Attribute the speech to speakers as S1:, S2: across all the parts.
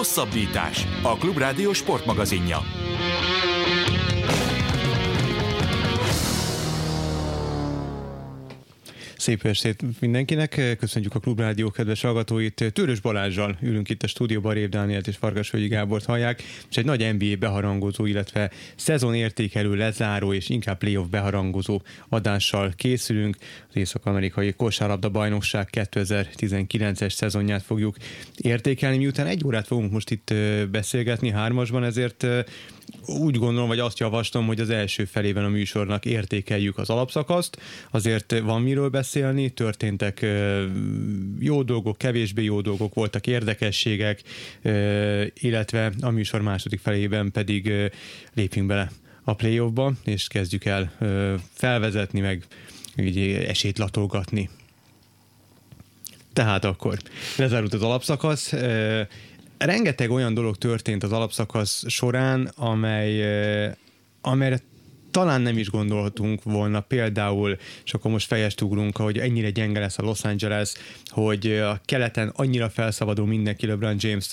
S1: Hosszabbítás, a Klubrádió sportmagazinja.
S2: Szép estét mindenkinek, köszönjük a Klubrádió kedves hallgatóit. Tőrös Balázsral ülünk itt a stúdióban, Rév Dánielt és Farkasvölgyi Gábort hallják, és egy nagy NBA beharangozó, illetve szezonértékelő, lezáró és inkább playoff beharangozó adással készülünk. Az Észak-amerikai kosárlabda bajnokság 2019-es szezonját fogjuk értékelni, miután egy órát fogunk most itt beszélgetni hármasban, ezért úgy gondolom, vagy azt javaslom, hogy az első felében a műsornak értékeljük az alapszakaszt, azért van miről beszélni, történtek jó dolgok, kevésbé jó dolgok, voltak érdekességek, illetve a műsor második felében pedig lépjünk bele a playoffba, és kezdjük el felvezetni, meg így esélyt latolgatni. Tehát akkor lezárult az alapszakasz. Rengeteg olyan dolog történt az alapszakasz során, amelyre talán nem is gondolhatunk volna, például, és akkor most fejest ugrunk, hogy ennyire gyenge lesz a Los Angeles, hogy a keleten annyira felszabadul mindenki LeBron James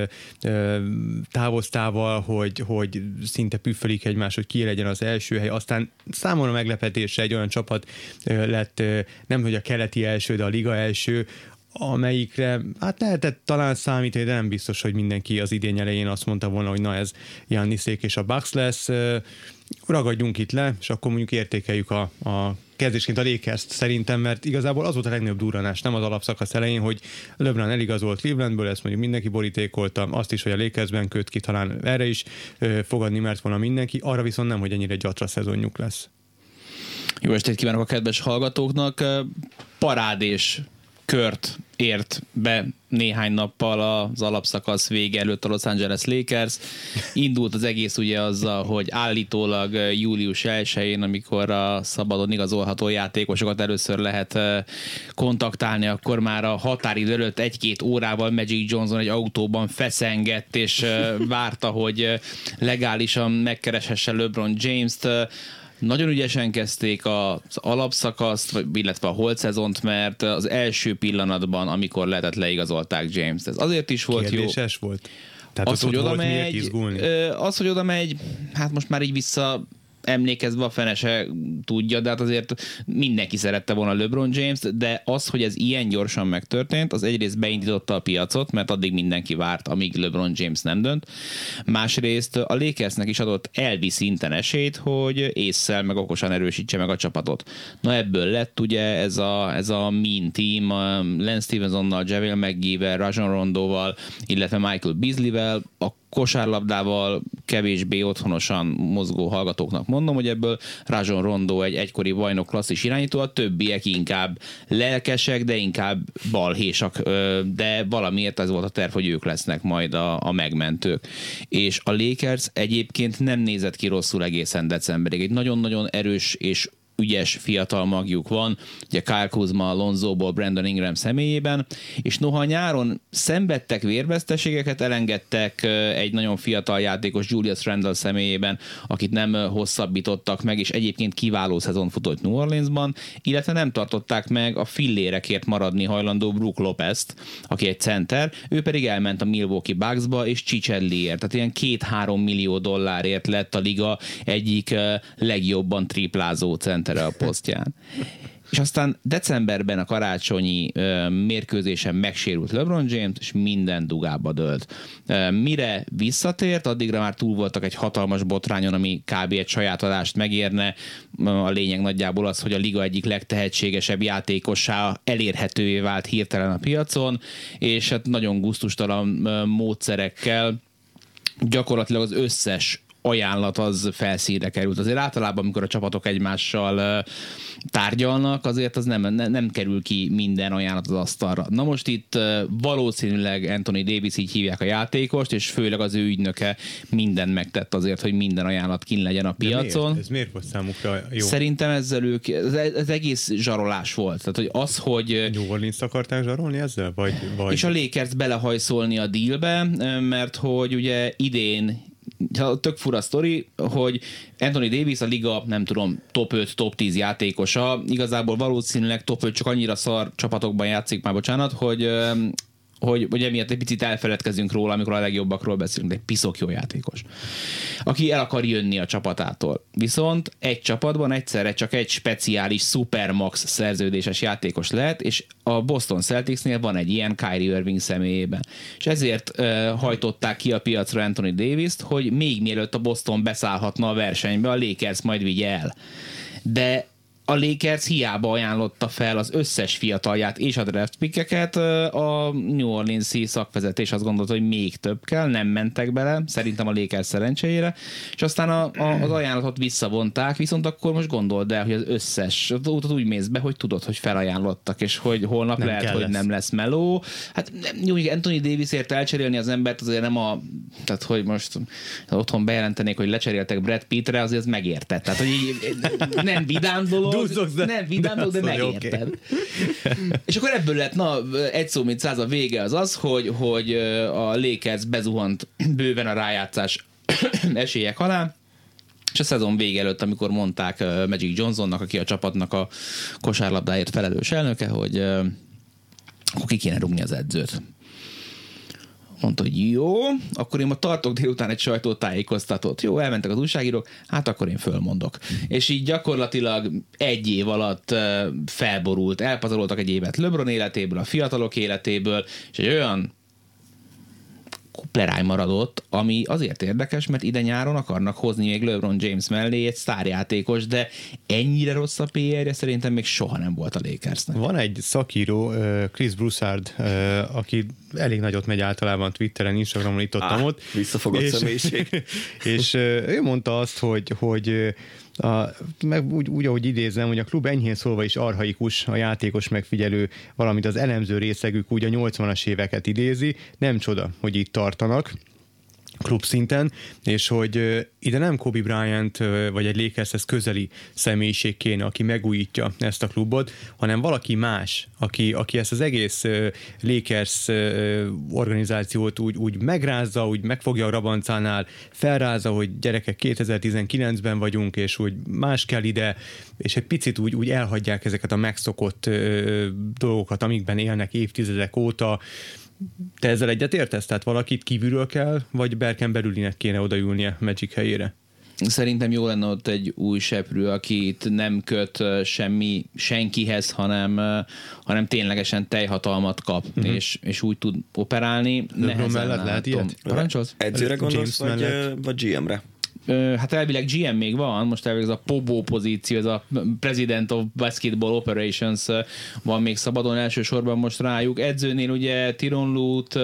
S2: távoztával, hogy szinte püffölik egymást, hogy ki legyen az első hely. Aztán számomra meglepetésre egy olyan csapat lett, nem hogy a keleti első, de a liga első, amelyikre hát lehetett talán számítani, de nem biztos, hogy mindenki az idény elején azt mondta volna, hogy na ez Giannisék és a Bucks lesz. Ragadjunk itt le, és akkor mondjuk értékeljük a kezdésként a Lakers-t szerintem, mert igazából az volt a legnagyobb durranás, nem az alapszakasz elején, hogy LeBron eligazolt Clevelandből, ezt mondjuk mindenki borítékolta, azt is, hogy a Lakersben köt ki, talán erre is fogadni mert volna mindenki, arra viszont nem, hogy ennyire gyatra szezonjuk lesz.
S3: Jó estét kívánok a kedves hallgatóknak! Parádés kört ért be néhány nappal az alapszakasz vége előtt a Los Angeles Lakers. Indult az egész ugye azzal, hogy állítólag július 1-én, amikor a szabadon igazolható játékosokat először lehet kontaktálni, akkor már a határidő előtt 1-2 órával Magic Johnson egy autóban feszengett, és várta, hogy legálisan megkereshesse LeBron James-t. Nagyon ügyesen kezdték az alapszakaszt, illetve a holt szezont, mert az első pillanatban, amikor lehetett, leigazolták James-t. Ez azért is volt
S2: kérdéses
S3: jó.
S2: volt. Tehát az, hogy
S3: oda megy, hát most már így vissza emlékezve a fene se tudja, de hát azért mindenki szerette volna LeBron James-t, de az, hogy ez ilyen gyorsan megtörtént, az egyrészt beindította a piacot, mert addig mindenki várt, amíg LeBron James nem dönt. Másrészt a Lakersnek is adott elvi szinten esélyt, hogy ésszel meg okosan erősítse meg a csapatot. Na ebből lett ugye ez a mean team, Lance Stevensonnal, JaVale McGee-vel, Rajon Rondoval, illetve Michael Beasley-vel, a kosárlabdával kevésbé otthonosan mozgó hallgatóknak mondom, hogy ebből Rajon Rondo egy egykori bajnok klasszis irányító, a többiek inkább lelkesek, de inkább balhésak, de valamiért ez volt a terv, hogy ők lesznek majd a megmentők. És a Lakers egyébként nem nézett ki rosszul egészen decemberig. Egy nagyon-nagyon erős és ügyes fiatal magjuk van, ugye Kyle Kuzma, Lonzoból, Brandon Ingram személyében, és noha nyáron szenvedtek vérveszteségeket, elengedtek egy nagyon fiatal játékos Julius Randle személyében, akit nem hosszabbítottak meg, és egyébként kiváló szezon futott New Orleansban, illetve nem tartották meg a fillérekért maradni hajlandó Brook Lopez-t, aki egy center, ő pedig elment a Milwaukee Bucksba, és Ciccelliért, tehát ilyen $2-3 millió lett a liga egyik legjobban triplázó center a posztján. És aztán decemberben a karácsonyi mérkőzésen megsérült LeBron James, és minden dugába dőlt. Mire visszatért, addigra már túl voltak egy hatalmas botrányon, ami kb. Egy saját adást megérne. A lényeg nagyjából az, hogy a liga egyik legtehetségesebb játékossá elérhetővé vált hirtelen a piacon, és hát nagyon gusztustalan módszerekkel gyakorlatilag az összes ajánlat az felszínre került. Azért általában, amikor a csapatok egymással tárgyalnak, azért az nem kerül ki minden ajánlat az asztalra. Na most itt valószínűleg Anthony Davis, így hívják a játékost, és főleg az ő ügynöke mindent megtett azért, hogy minden ajánlat kint legyen a piacon.
S2: Miért? Ez miért volt számukra jó?
S3: Szerintem ezzel ez egész zsarolás volt. Tehát, hogy az, hogy
S2: New Orleans akarták zsarolni ezzel? Vagy...
S3: És a Lakers belehajszolni a dealbe, mert hogy ugye idén tök fura sztori, hogy Anthony Davis a liga, nem tudom, top 5, top 10 játékosa, igazából valószínűleg top 5 csak annyira szar csapatokban játszik már, bocsánat, hogy hogy emiatt egy picit elfeledkezünk róla, amikor a legjobbakról beszélünk, de egy piszok jó játékos, aki el akar jönni a csapatától. Viszont egy csapatban egyszerre csak egy speciális Supermax szerződéses játékos lehet, és a Boston Celticsnél van egy ilyen Kyrie Irving személyében. És ezért hajtották ki a piacra Anthony Davis-t, hogy még mielőtt a Boston beszállhatna a versenybe, a Lakers majd vigye el. De a Lakers hiába ajánlotta fel az összes fiatalját és a draft pickeket, a New Orleans-i szakvezetés azt gondolta, hogy még több kell, nem mentek bele, szerintem a Lakers szerencséjére, és aztán az ajánlatot visszavonták, viszont akkor most gondold el, hogy az összes, úgy mész be, hogy tudod, hogy felajánlottak, és hogy holnap nem lehet, hogy nem lesz meló. Hát jó, Anthony Davisért elcserélni az embert azért nem tehát hogy most otthon bejelentenék, hogy lecseréltek Brad Pittre, azért ez megérted. Tehát, hogy így nem vidám dolog, nem vidám dolog, de megérted. Okay. És akkor ebből lett, egy szó mint száz, a vége az, hogy a Lakers bezuhant bőven a rájátszás esélyek alá, és a szezon vége előtt, amikor mondták Magic Johnsonnak, aki a csapatnak a kosárlabdáért felelős elnöke, hogy akkor ki kéne rúgni az edzőt. Mondta, hogy jó, akkor én ma tartok délután egy sajtótájékoztatót. Jó, elmentek az újságírók, hát akkor én fölmondok. És így gyakorlatilag egy év alatt felborult, elpazaroltak egy évet LeBron életéből, a fiatalok életéből, és egy olyan kupleráj maradott, ami azért érdekes, mert ide nyáron akarnak hozni még LeBron James mellé egy sztárjátékos, de ennyire rossz a PR-je szerintem még soha nem volt a Lakersnek.
S2: Van egy szakíró, Chris Broussard, aki elég nagyot megy általában Twitteren, Instagramon, itt-ott.
S4: Visszafogott személyiség.
S2: És ő mondta azt, hogy meg úgy, ahogy idézem, hogy a klub enyhén szólva is archaikus, a játékos megfigyelő, valamint az elemző részegük úgy a 80-as éveket idézi, nem csoda, hogy itt tartanak klub szinten, és hogy ide nem Kobe Bryant vagy egy Lakershez közeli személyiség kéne, aki megújítja ezt a klubot, hanem valaki más, aki ezt az egész Lakers organizációt úgy megrázza, úgy megfogja a rabancánál, felrázza, hogy gyerekek 2019-ben vagyunk, és úgy más kell ide, és egy picit úgy elhagyják ezeket a megszokott dolgokat, amikben élnek évtizedek óta. Te ezzel egyetértesz? Tehát valakit kívülről kell, vagy Berken belülinek kéne odaülnie Magic helyére?
S3: Szerintem jó lenne ott egy új seprő, akit nem köt senkihez, hanem ténylegesen teljhatalmat kap, és úgy tud operálni.
S2: LeBron mellett lehet ilyet?
S3: Parancsolsz?
S4: Edzőre gondolsz, vagy GM-re?
S3: Hát elvileg GM még van, most elvileg ez a POBO pozíció, ez a President of Basketball Operations van még szabadon, elsősorban most rájuk. Edzőnél ugye Tyronn Lue-t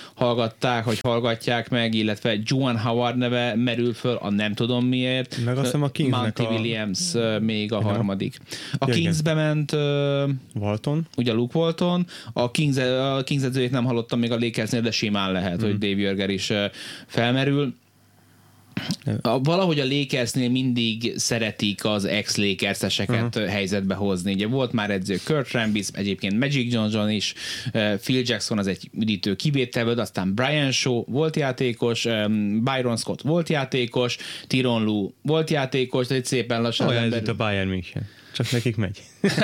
S3: hallgatják meg, illetve Juwan Howard neve merül föl, nem tudom miért.
S2: Meg azt hiszem a Kingsnek
S3: Monty Williams még a harmadik. A Kingsbe ment
S2: Walton.
S3: Ugye Luke Walton. A Kings edzőjét nem hallottam még a Lakersnél, de simán lehet, hogy Dave Joerger is felmerül. Valahogy a Lakersnél mindig szeretik az ex-Lakerseseket helyzetbe hozni. Ugye volt már edző Kurt Rambis, egyébként Magic Johnson is, Phil Jackson az egy üdítő kivétel, de aztán Brian Shaw volt játékos, Byron Scott volt játékos, Tyronn Lue volt játékos, de egy szépen lassan...
S2: Olyan ez itt a Bayern München. Csak nekik megy.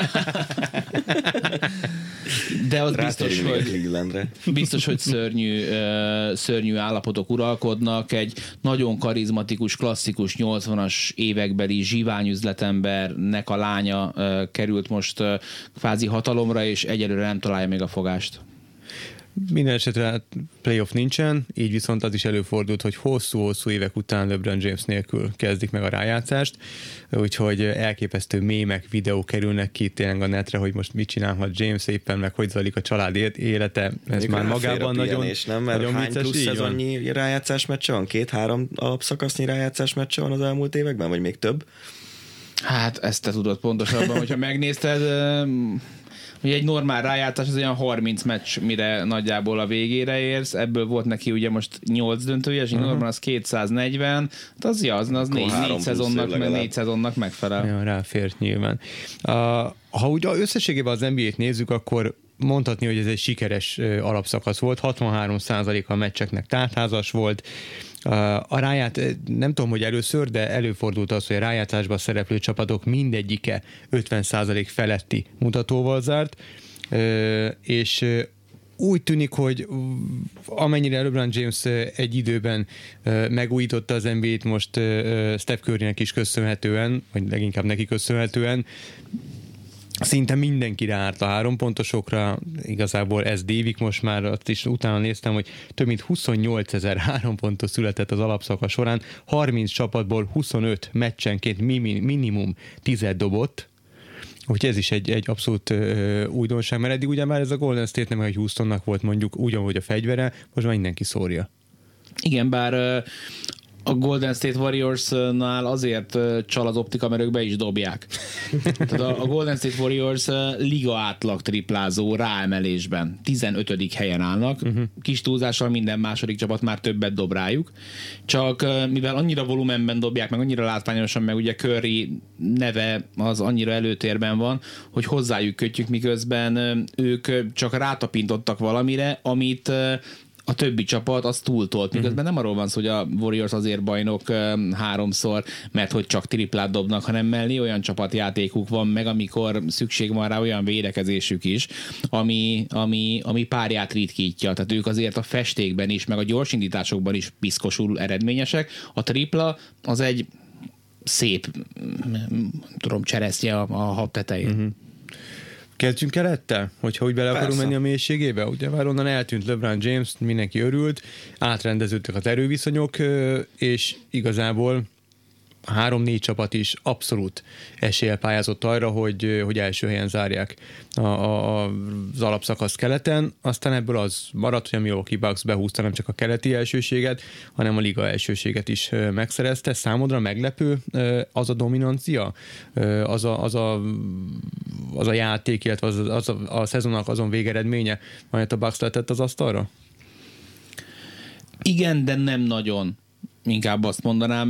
S3: De az biztos, hogy szörnyű állapotok uralkodnak. Egy nagyon karizmatikus, klasszikus 80-as évekbeli zsivány üzletembernek a lánya került most kvázi hatalomra, és egyelőre nem találja még a fogást.
S2: Minden esetre playoff nincsen, így viszont az is előfordult, hogy hosszú-hosszú évek után LeBron James nélkül kezdik meg a rájátszást, úgyhogy elképesztő mémek, videók kerülnek ki tényleg a netre, hogy most mit csinálhat James éppen, meg hogy zajlik a család élete. Ez már magában nagyon
S4: hány plusz szezonnyi rájátszás meccse van? 2-3 alapszakasznyi rájátszás meccse van az elmúlt években, vagy még több?
S3: Hát ezt te tudod pontosabban, hogyha megnézted... Ugye egy normál rájátszás az olyan 30 meccs, mire nagyjából a végére érsz, ebből volt neki ugye most 8 döntője, és normál az 240, az 4 szezonnak megfelel.
S2: Ja, ráfért nyilván. Ha úgy összességében az NBA-t nézzük, akkor mondhatni, hogy ez egy sikeres alapszakasz volt, 63% a meccseknek tártházas volt. A nem tudom, hogy először, de előfordult az, hogy a rájátszásban szereplő csapatok mindegyike 50% feletti mutatóval zárt, és úgy tűnik, hogy amennyire LeBron James egy időben megújította az NBA-t, most Steph Currynek is köszönhetően, vagy leginkább neki köszönhetően, szinte mindenki ráárt a 3 pontosokra, igazából ez dévik most már, azt is utána néztem, hogy több mint 28,000 3 pontos született az alapszakasz során, 30 csapatból 25 meccsenként minimum 10 dobott, úgyhogy ez is egy abszolút újdonság, mert eddig ugye már ez a Golden State nem, hogy Houstonnak volt mondjuk ugyanúgy a fegyvere, most már mindenki szórja.
S3: Igen, bár a Golden State Warriors-nál azért csal az optika, mert ők be is dobják. Tehát a Golden State Warriors liga átlag triplázó ráemelésben 15. helyen állnak. Kis túlzással minden második csapat már többet dob rájuk. Csak mivel annyira volumenben dobják, meg annyira látványosan, meg ugye Curry neve az annyira előtérben van, hogy hozzájuk kötjük, miközben ők csak rátapintottak valamire, amit a többi csapat az túltolt, miközben nem arról van szó, hogy a Warriors azért bajnok 3-szor, mert hogy csak triplát dobnak, hanem mellé olyan csapatjátékuk van meg, amikor szükség van rá, olyan védekezésük is, ami párját ritkítja. Tehát ők azért a festékben is, meg a gyorsindításokban is piszkosul eredményesek. A tripla az egy szép, cseresztje a hab tetején.
S2: Kezdjünk kerettel? Hogyha úgy bele akarunk menni a mélységébe? Ugye már onnan eltűnt LeBron James, mindenki örült, átrendeződtek az erőviszonyok, és igazából 3-4 csapat is abszolút eséllyel pályázott arra, hogy első helyen zárják az alapszakasz keleten, aztán ebből az maradt, hogy a Milwaukee Bucks behúzta nem csak a keleti elsőséget, hanem a liga elsőséget is megszerezte. Számodra meglepő az a dominancia, az a játék, illetve az a szezonnak azon végeredménye, amelyet a Bucks letett az asztalra?
S3: Igen, de nem nagyon. Inkább azt mondanám,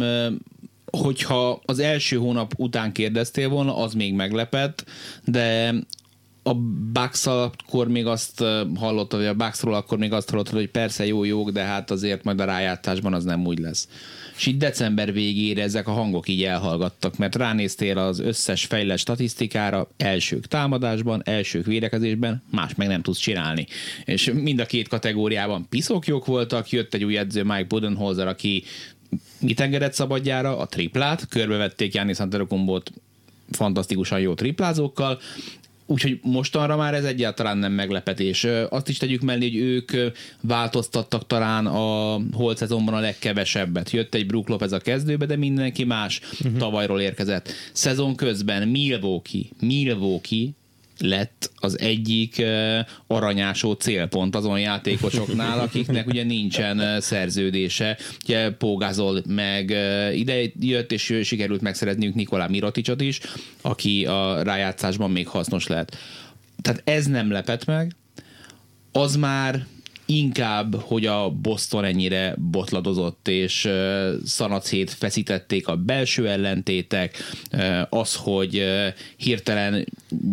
S3: hogyha az első hónap után kérdeztél volna, az még meglepett, de a Bucks-szal akkor még azt hallottad, vagy a Bucksról akkor még azt hallottad, hogy persze jók, de hát azért majd a rájátszásban az nem úgy lesz. És így december végére ezek a hangok így elhallgattak, mert ránéztél az összes fejlett statisztikára, elsők támadásban, elsők védekezésben, más meg nem tudsz csinálni. És mind a két kategóriában piszokjók voltak, jött egy új edző, Mike Budenholzer, aki mit engedett szabadjára? A triplát, körbevették Giannis Antetokounmpót fantasztikusan jó triplázókkal, úgyhogy mostanra már ez egyáltalán nem meglepetés. Azt is tegyük mellé, hogy ők változtattak talán a holt szezonban a legkevesebbet. Jött egy Brook Lopez a kezdőbe, de mindenki más tavalyról érkezett. Szezon közben Milwaukee lett az egyik aranyásó célpont azon játékosoknál, akiknek ugye nincsen szerződése. Ugye Pau Gasol meg ide jött, és sikerült megszerezniük Nikola Miroticsot is, aki a rájátszásban még hasznos lehet. Tehát ez nem lepett meg. Az már inkább, hogy a Boston ennyire botladozott, és szanacét feszítették a belső ellentétek, az, hogy hirtelen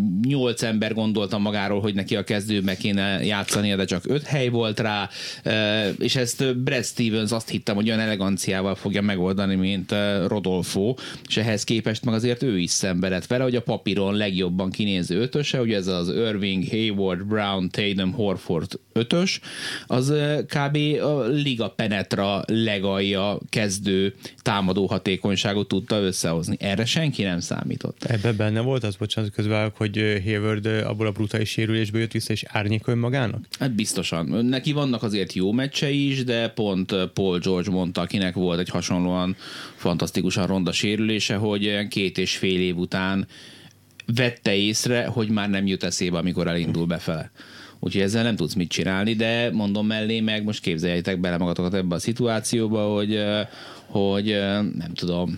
S3: 8 ember gondolta magáról, hogy neki a kezdőbe kéne játszania, de csak 5 hely volt rá, és ezt Brad Stevens azt hittem, hogy olyan eleganciával fogja megoldani, mint Rodolfo, és ehhez képest meg azért ő is szenvedett vele, hogy a papíron legjobban kinéző ötöse, ugye ez az Irving, Hayward, Brown, Tatum, Horford ötös, az kb. A liga penetra legalja kezdő támadó hatékonyságot tudta összehozni. Erre senki nem számított.
S2: Ebben benne volt az, bocsánat, közben, hogy Hayward abból a brutális sérülésből jött vissza, és árnyékol magának?
S3: Hát biztosan. Neki vannak azért jó meccsei is, de pont Paul George mondta, akinek volt egy hasonlóan fantasztikusan ronda sérülése, hogy 2,5 év után vette észre, hogy már nem jut eszébe, amikor elindul befele. Úgyhogy ezzel nem tudsz mit csinálni, de mondom mellé meg, most képzeljétek bele magatokat ebbe a szituációba, hogy nem tudom,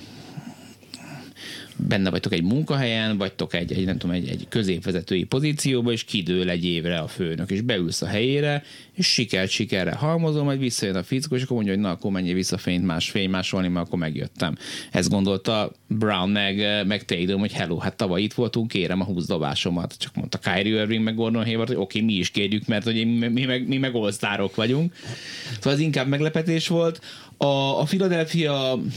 S3: benne vagytok egy munkahelyen, vagytok egy középvezetői pozícióba, és kidől egy évre a főnök, és beülsz a helyére, és sikerre halmozom, majd visszajön a fickó, és akkor mondja, hogy na, akkor menjél vissza fénymásolni, mert akkor megjöttem. Ezt gondolta Brown meg Tatum, hogy hello, hát tavaly itt voltunk, kérem a 20 dobásomat. Csak mondta Kyrie Irving meg Gordon Hayward, hogy oké, mi is kérjük, mert hogy mi meg all-sztárok vagyunk. Szóval ez inkább meglepetés volt. A Philadelphia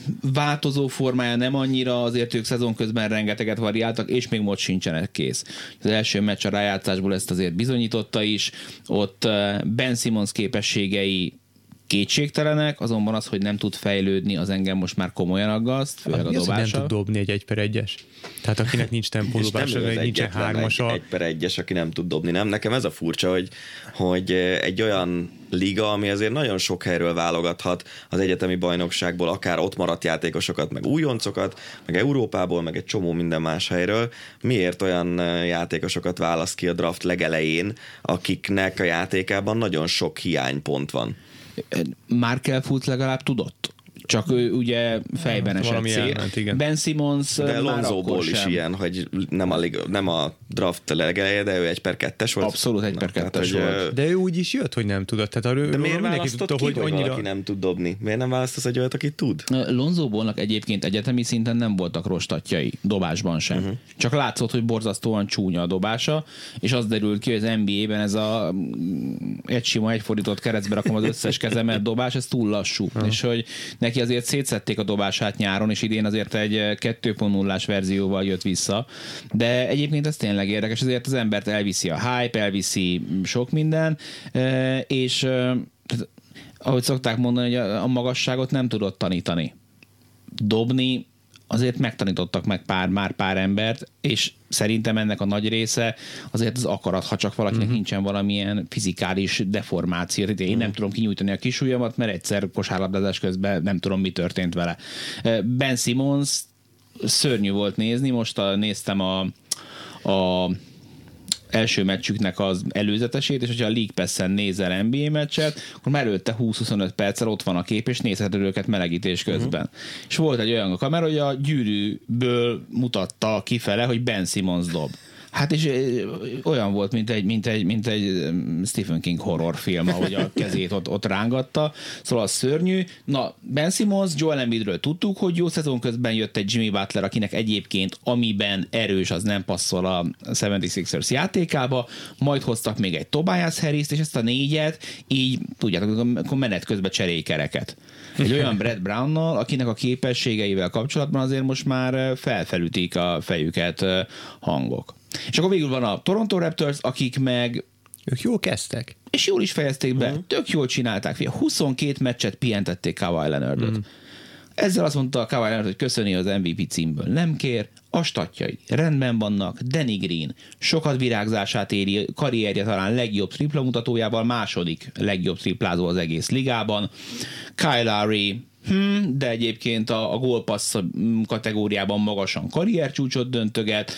S3: változó formája nem annyira, azért ők szezon közben rengeteget variáltak, és még most sincsenek kész. Az első meccs a rájátszásból ezt azért bizonyította is, ott Ben Simmons képességei kétségtelenek, azonban az, hogy nem tud fejlődni, az engem most már komolyan aggaszt, főleg a dobása.
S2: Nem tud dobni egy 1/1-es? Tehát akinek nincs tempódobása, vagy nincsen 3-asa.
S4: Egy 1/1-es, aki nem tud dobni, nem? Nekem ez a furcsa, hogy egy olyan liga, ami azért nagyon sok helyről válogathat az egyetemi bajnokságból, akár ott maradt játékosokat, meg újoncokat, meg Európából, meg egy csomó minden más helyről. Miért olyan játékosokat választ ki a draft legelején, akiknek a játékában nagyon sok hiánypont van?
S3: Markel Fultz legalább tudott. Csak ő ugye fejben esett szét. Ben Simmons
S4: de Lonzóból is ilyen, hogy nem a draft legeleje, de ő 1/2-es volt.
S3: Abszolút 1/2-es volt.
S2: De ő úgy is jött, hogy nem tudott. Tehát
S4: de miért választott ki, hogy annyira... valaki nem tud dobni? Miért nem választasz egy olyat, aki tud?
S3: Lonzóbólnak egyébként egyetemi szinten nem voltak rostatjai, dobásban sem. Csak látszott, hogy borzasztóan csúnya a dobása, és az derült ki, hogy az NBA-ben ez a egy sima, egy fordított keresztbe rakom az összes kezemet dobás, ez túl lassú. És hogy neki azért szétszették a dobását nyáron, és idén azért egy 2.0-ás verzióval jött vissza. De egyébként ez tényleg érdekes, azért az embert elviszi a hype, elviszi sok minden, és ahogy szokták mondani, hogy a magasságot nem tudott tanítani. Dobni azért megtanítottak meg pár embert, és szerintem ennek a nagy része azért az akarat, ha csak valakinek nincsen valamilyen fizikális deformáció. Én nem tudom kinyújtani a kisujjamat, mert egyszer kosárlabdázás közben nem tudom, mi történt vele. Ben Simmons szörnyű volt nézni, most néztem a első meccsüknek az előzetesét, és hogyha a League Pass-en nézel NBA meccset, akkor már előtte 20-25 perccel ott van a kép, és nézheted őket melegítés közben. És volt egy olyan kamera, hogy a gyűrűből mutatta kifele, hogy Ben Simmons dob. Hát és olyan volt, mint egy Stephen King horrorfilm, ahogy a kezét ott rángatta. Szóval az szörnyű. Na, Ben Simmons, Joel Embiidről tudtuk, hogy jó szezon közben jött egy Jimmy Butler, akinek egyébként amiben erős, az nem passzol a 76ers játékába. Majd hoztak még egy Tobias Harrist, és ezt a 4-et így, tudjátok, akkor menet közben cserélykereket. Egy olyan Brett Brownnal, akinek a képességeivel kapcsolatban azért most már felfelütik a fejüket hangok. És akkor végül van a Toronto Raptors, akik meg...
S2: Ők jól kezdtek.
S3: És jól is fejezték be. Tök jól csinálták. 22 meccset pihentették Kawhi Leonardot. Ezzel azt mondta a Kawhi Leonard, hogy köszöni az MVP címből. Nem kér. A statjai rendben vannak. Danny Green sokat virágzását éri, karrierje talán legjobb tripla mutatójával, második legjobb triplázó az egész ligában. Kyle Lowry de egyébként a gólpassz kategóriában magasan karriercsúcsot döntöget.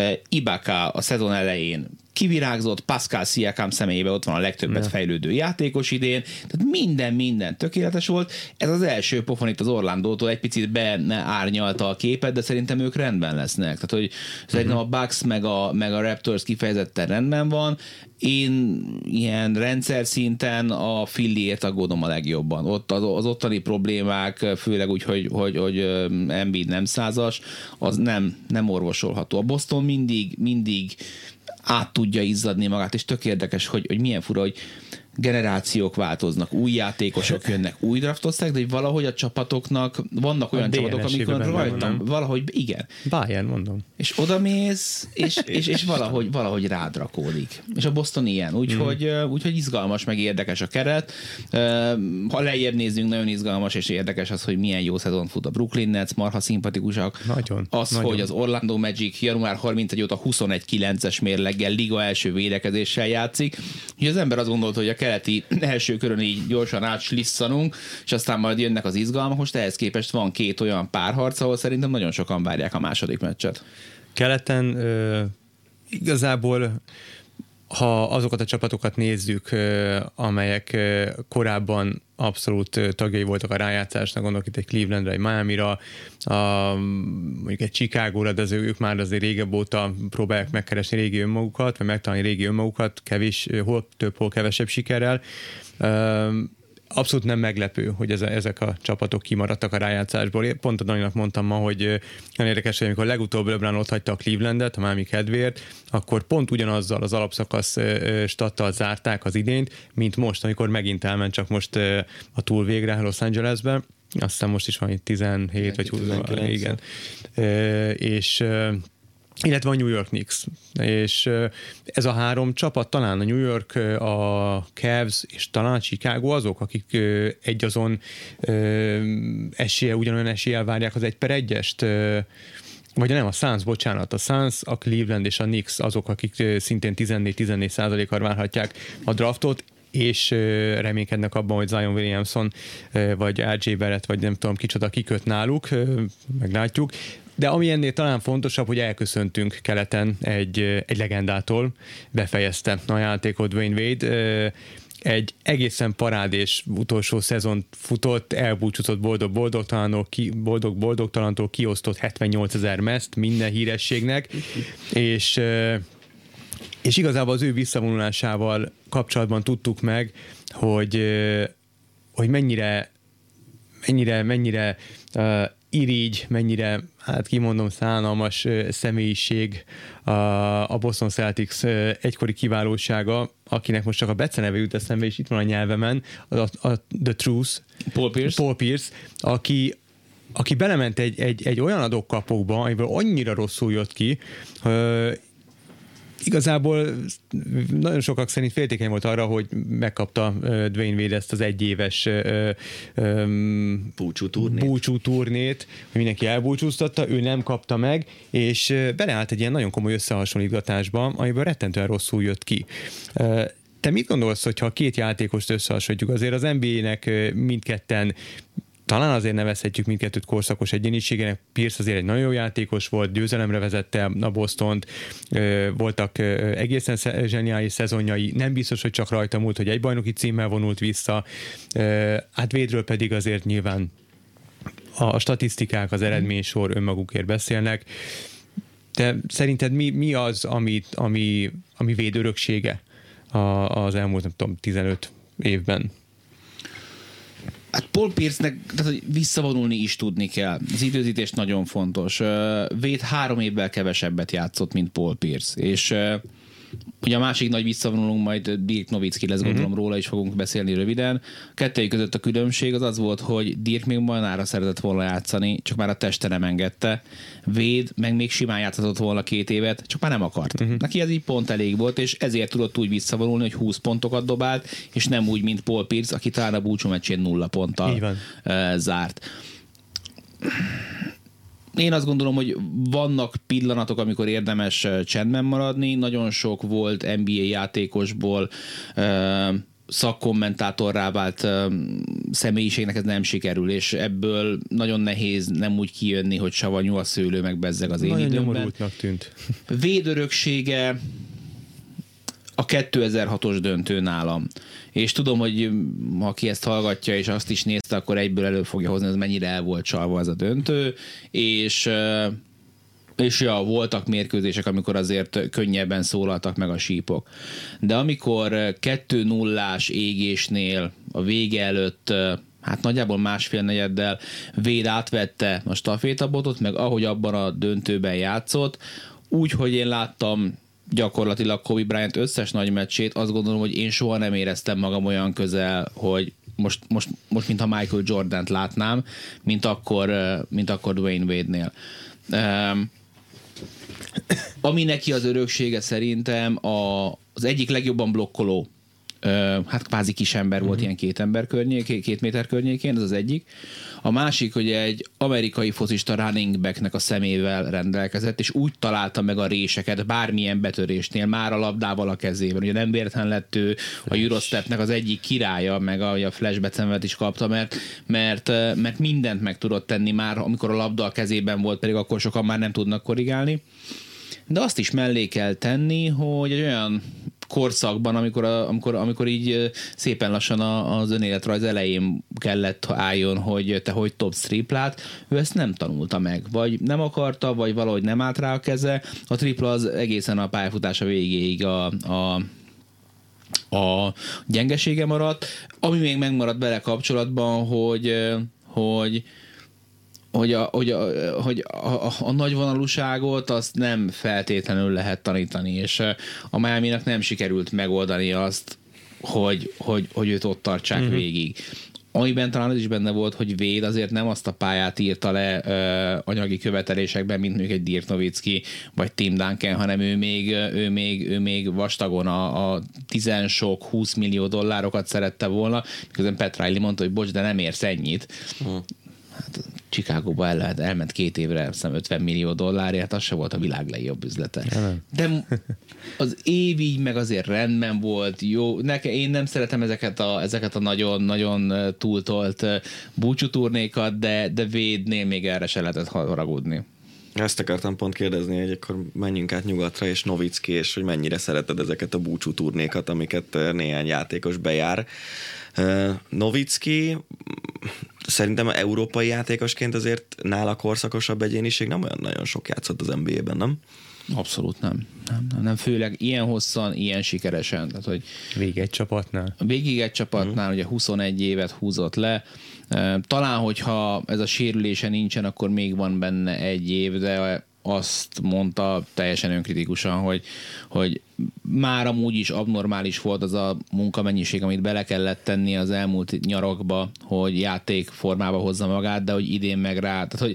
S3: Ibaka a szezon elején kivirágzott, Pascal Siakam személyében ott van a legtöbbet fejlődő játékos idén, tehát minden tökéletes volt. Ez az első pofon itt az Orlandótól egy picit beárnyalta a képet, de szerintem ők rendben lesznek. Tehát, hogy szerintem a Bucks meg a Raptors kifejezetten rendben van. Én ilyen rendszer szinten a Phillyért aggódom a legjobban. Ott az ottani problémák, főleg úgy, hogy Embiid nem 100-as, az nem orvosolható. A Boston mindig át tudja izzadni magát, és tök érdekes, hogy milyen fura, hogy generációk változnak, új játékosok jönnek, új draftozták, de hogy valahogy a csapatoknak vannak olyan csapatok, amikor rajtam, valahogy igen.
S2: Bayern, mondom.
S3: És odamész, és valahogy rádrakódik. És a Boston ilyen, úgyhogy izgalmas, meg érdekes a keret. Ha lejjebb nézzünk, nagyon izgalmas és érdekes az, hogy milyen jó szezon fut a Brooklyn Nets, marha szimpatikusak.
S2: Nagyon.
S3: Hogy az Orlando Magic január 31 óta 21-9-es mérleggel liga első védekezéssel játszik. Ugye az ember azt gondolta, hogy a keleti első körön így gyorsan átslisszanunk, és aztán majd jönnek az izgalmak. Most ehhez képest van két olyan párharc, ahol szerintem nagyon sokan várják a második meccset.
S2: Keleten igazából, ha azokat a csapatokat nézzük, amelyek korábban abszolút tagjai voltak a rájátszásnak, gondolok itt egy Clevelandra, egy Miamira, mondjuk egy Chicagóra, de ők már azért régebb óta próbálják megkeresni régi önmagukat, vagy megtalálni régi önmagukat, kevés, hol több, hol kevesebb sikerrel. Abszolút nem meglepő, hogy ezek a csapatok kimaradtak a rájátszásból. Pont a Daninak mondtam ma, hogy nagyon érdekes, hogy amikor legutóbb LeBron ott hagyta a Clevelandet, a Miami kedvéért, akkor pont ugyanazzal az alapszakasz stattal zárták az idényt, mint most, amikor megint elment csak most a túlvégre Los Angelesben. azt hiszem most is van 17 vagy 20, igen. És illetve a New York Knicks. És ez a három csapat, talán a New York, a Cavs és talán a Chicago azok, akik egyazon ugyanolyan eséllyel várják az 1/1-est, vagy nem, a Suns, bocsánat, a Suns, a Cleveland és a Knicks azok, akik szintén 14%-kal várhatják a draftot, és reménykednek abban, hogy Zion Williamson vagy RJ Barrett, vagy nem tudom kicsoda kiköt náluk, meglátjuk. De ami ennél talán fontosabb, hogy elköszöntünk keleten egy legendától, befejezte a játékot Dwayne Wade, egy egészen parádés utolsó szezon futott, elbúcsúzott boldogtalantól kiosztott 78 000 mezt minden hírességnek, és igazából az ő visszavonulásával kapcsolatban tudtuk meg, hogy mennyire irigy, mennyire, hát kimondom, szánalmas személyiség a Boston Celtics egykori kiválósága, akinek most csak a beceneve jut eszembe, és itt van a nyelvemen, The Truth, Paul Pierce, aki belement egy olyan adok-kapokba, amiből annyira rosszul jött ki, igazából nagyon sokak szerint féltékeny volt arra, hogy megkapta Dwayne Wade ezt az egyéves búcsú turnét, hogy mindenki elbúcsúztatta, ő nem kapta meg, és beleállt egy ilyen nagyon komoly összehasonlítgatásba, amiből rettentően rosszul jött ki. Te mit gondolsz, hogyha a két játékost összehasonlítjuk? Azért az NBA-nek mindketten talán azért nevezhetjük mindkettőt korszakos egyéniségének. Pierce azért egy nagyon jó játékos volt, győzelemre vezette a Bostont, voltak egészen zseniális szezonjai, nem biztos, hogy csak rajta múlt, hogy egy bajnoki címmel vonult vissza, hát Wade-ről pedig azért nyilván a statisztikák, az eredménysor önmagukért beszélnek. Te szerinted mi az, ami Wade öröksége az elmúlt, nem tudom, 15 évben?
S3: Hát Paul Pierce-nek visszavonulni is tudni kell. Az időzítés nagyon fontos. Wade 3 évvel kevesebbet játszott, mint Paul Pierce. És ugye a másik nagy visszavonulunk, majd Dirk Nowitzki lesz, gondolom róla is fogunk beszélni röviden. Kettőjük között a különbség az volt, hogy Dirk még majdnára szeretett volna játszani, csak már a teste nem engedte. Wade meg még simán játszhatott volna 2 évet, csak már nem akart. Neki ez így pont elég volt, és ezért tudott úgy visszavonulni, hogy 20 pontokat dobált, és nem úgy, mint Paul Pierce, aki talán a búcsú meccsén 0 ponttal zárt. Én azt gondolom, hogy vannak pillanatok, amikor érdemes csendben maradni. Nagyon sok volt NBA játékosból szakkommentátorrá vált személyiségnek ez nem sikerül, és ebből nagyon nehéz nem úgy kijönni, hogy savanyú a szőlő, meg bezzeg az én
S2: nagyon
S3: időmben.
S2: Nagyon nyomorultnak tűnt.
S3: Wade öröksége a 2006-os döntő nálam. És tudom, hogy aki ezt hallgatja, és azt is nézte, akkor egyből elő fogja hozni, ez mennyire el volt csalva ez a döntő, és ja, voltak mérkőzések, amikor azért könnyebben szólaltak meg a sípok. De amikor 2-0-ás égésnél a vége előtt, hát nagyjából másfél negyeddel Wade átvette a stafétabotot, meg ahogy abban a döntőben játszott, úgy, hogy én láttam gyakorlatilag Kobe Bryant összes nagy meccsét, azt gondolom, hogy én soha nem éreztem magam olyan közel, hogy most mintha Michael Jordant látnám, mint akkor Dwayne Wade-nél. Ami neki az öröksége szerintem az egyik legjobban blokkoló, hát kvázi kisember volt ilyen 2 méter környékén, ez az egyik. A másik, hogy egy amerikai focista running backnek a szemével rendelkezett, és úgy találta meg a réseket bármilyen betörésnél, már a labdával a kezében. Ugye nem véletlen lett ő a Eurostepnek az egyik királya, meg a Flash becenevet is kapta, mert mindent meg tudott tenni már, amikor a labda a kezében volt, pedig akkor sokan már nem tudnak korrigálni. De azt is mellé kell tenni, hogy egy olyan korszakban, amikor így szépen lassan az önéletrajz elején kellett álljon, hogy te hogy dobsz triplát, ő ezt nem tanulta meg. Vagy nem akarta, vagy valahogy nem állt rá a keze. A tripla az egészen a pályafutása végéig a gyengesége maradt. Ami még megmaradt vele kapcsolatban, hogy a nagyvonalúságot azt nem feltétlenül lehet tanítani, és a Miaminak nem sikerült megoldani azt, hogy őt ott tartsák végig. amiben talán ez is benne volt, hogy Wade azért nem azt a pályát írta le anyagi követelésekben, mint mondjuk egy Dirk Nowitzki vagy Tim Duncan, hanem ő még vastagon a 10-20 millió dollárokat szerette volna, miközben Pat Riley mondta, hogy bocs, de nem érsz ennyit. Hát Chicagóba elment 2 évre, hiszem 50 millió dollárért, az se volt a világ legjobb üzlete. De az év így meg azért rendben volt, jó. Én nem szeretem ezeket a nagyon túltolt búcsúturnékat, de Wade-nél még erre se lehetett haragudni.
S4: Ezt akartam pont kérdezni, hogy akkor menjünk át nyugatra, és Nowitzki, és hogy mennyire szereted ezeket a búcsúturnékat, amiket néhány játékos bejár. Nowitzki szerintem európai játékosként azért nála korszakosabb egyéniség nem olyan nagyon sok játszott az NBA-ben, nem?
S3: Abszolút nem. Főleg ilyen hosszan, ilyen sikeresen. Tehát, hogy
S2: végig egy csapatnál, ugye 21 évet húzott le. Talán, hogyha ez a sérülése nincsen, akkor még van benne 1 év, de azt mondta teljesen önkritikusan, hogy már amúgy is abnormális volt az a munkamennyiség, amit bele kellett tenni az elmúlt nyarakba, hogy játékformába hozza magát, de hogy idén meg rá, tehát hogy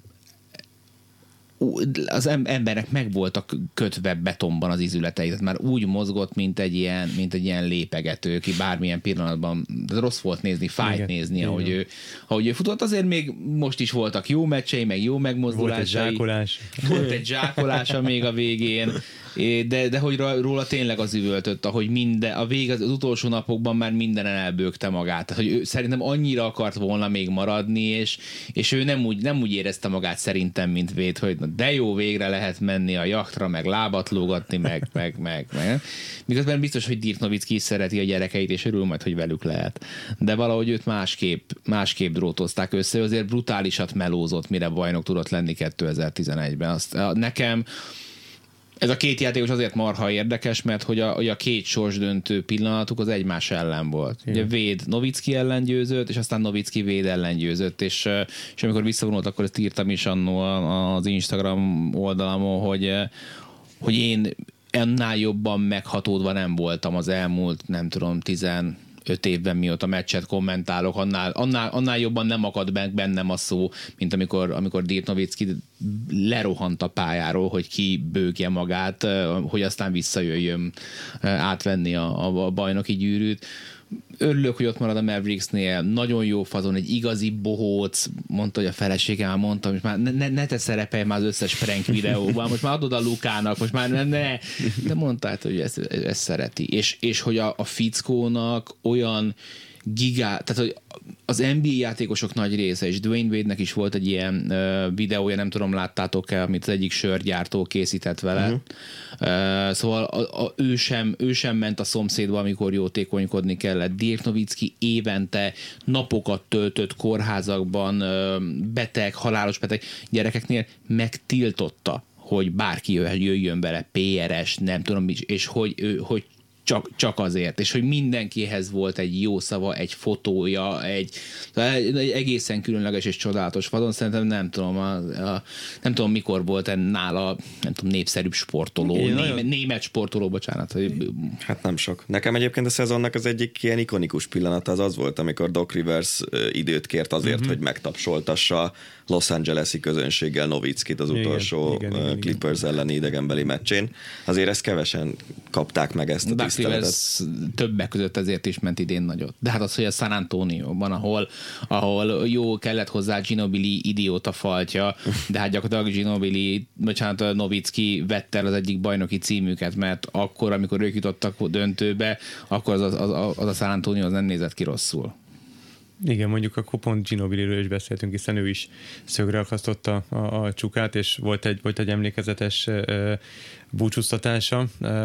S2: az embernek meg voltak kötve betonban az izületei, tehát már úgy mozgott, mint egy ilyen lépegető, ki bármilyen pillanatban, de rossz volt nézni, fájt nézni, ahogy ő futott. Azért még most is voltak jó meccsei, meg jó megmozdulásai. Volt egy zsákolása még a végén, de hogy róla tényleg az üvöltött, ahogy az utolsó napokban már mindenen elbőgte magát. Tehát, hogy ő szerintem annyira akart volna még maradni, és ő nem úgy érezte magát szerintem, mint Wade, hogy de jó, végre lehet menni a jachtra, meg lábat lógatni, meg. Miközben biztos, hogy Dirk Nowitzki is szereti a gyerekeit, és örül majd, hogy velük lehet. De valahogy őt másképp drótozták össze, azért brutálisat melózott, mire bajnok tudott lenni 2011-ben. Nekem ez a 2 játékos azért marha érdekes, mert hogy a 2 sorsdöntő pillanatuk az egymás ellen volt. Ugye Wade Nowitzki ellen győzött, és aztán Nowitzki Wade ellen győzött, és amikor visszavonult, akkor ezt írtam is annó az Instagram oldalamon, hogy én ennál jobban meghatódva nem voltam az elmúlt, nem tudom, 15 évben, mióta meccset kommentálok, annál jobban nem akad bennem a szó, mint amikor Dirk Nowitzki lerohant a pályáról, hogy ki bőgje magát, hogy aztán visszajöjjön átvenni a bajnoki gyűrűt. Örülök, hogy ott marad a Mavericksnél, nagyon jó fazon, egy igazi bohóc, mondta, hogy a feleségem mondta, hogy már ne te szerepelj már az összes prank videóban, most már adod a Lukának, most már ne. De mondta, hogy ezt szereti. És hogy a fickónak olyan tehát hogy az NBA játékosok nagy része, és Dwayne Wade-nek is volt egy ilyen videója, nem tudom, láttátok-e, amit az egyik sörgyártó készített vele. Szóval ő sem ment a szomszédba, amikor jótékonykodni kellett. Dirk Nowitzki évente napokat töltött kórházakban, halálos beteg gyerekeknél, megtiltotta, hogy bárki jöjjön vele, PRS, nem tudom, és hogy csak azért, és hogy mindenkihez volt egy jó szava, egy fotója, egy egészen különleges és csodálatos vadon. Szerintem nem tudom mikor volt nála, nem tudom, népszerűbb sportoló, német sportoló, bocsánat.
S4: Hát nem sok. Nekem egyébként a szezonnak az egyik ilyen ikonikus pillanata az volt, amikor Doc Rivers időt kért azért, hogy megtapsoltassa Los Angeles-i közönséggel Nowitzkit az utolsó Clippers elleni idegenbeli meccsén. Azért ezt kevesen kapták meg ezt a tiszteletet.
S3: Rivers többek között ezért is ment idén nagyot. De hát az, hogy a San Antonioban, ahol jó kellett hozzá Ginobili idióta faltja, de hát gyakorlatilag Nowitzki vette el az egyik bajnoki címüket, mert akkor, amikor ők jutottak döntőbe, akkor az a San Antonio az nem nézett ki rosszul.
S2: Igen, mondjuk akkor pont Ginobiliről is beszéltünk, hiszen ő is szögre akasztotta a csukát, és volt egy emlékezetes búcsúztatása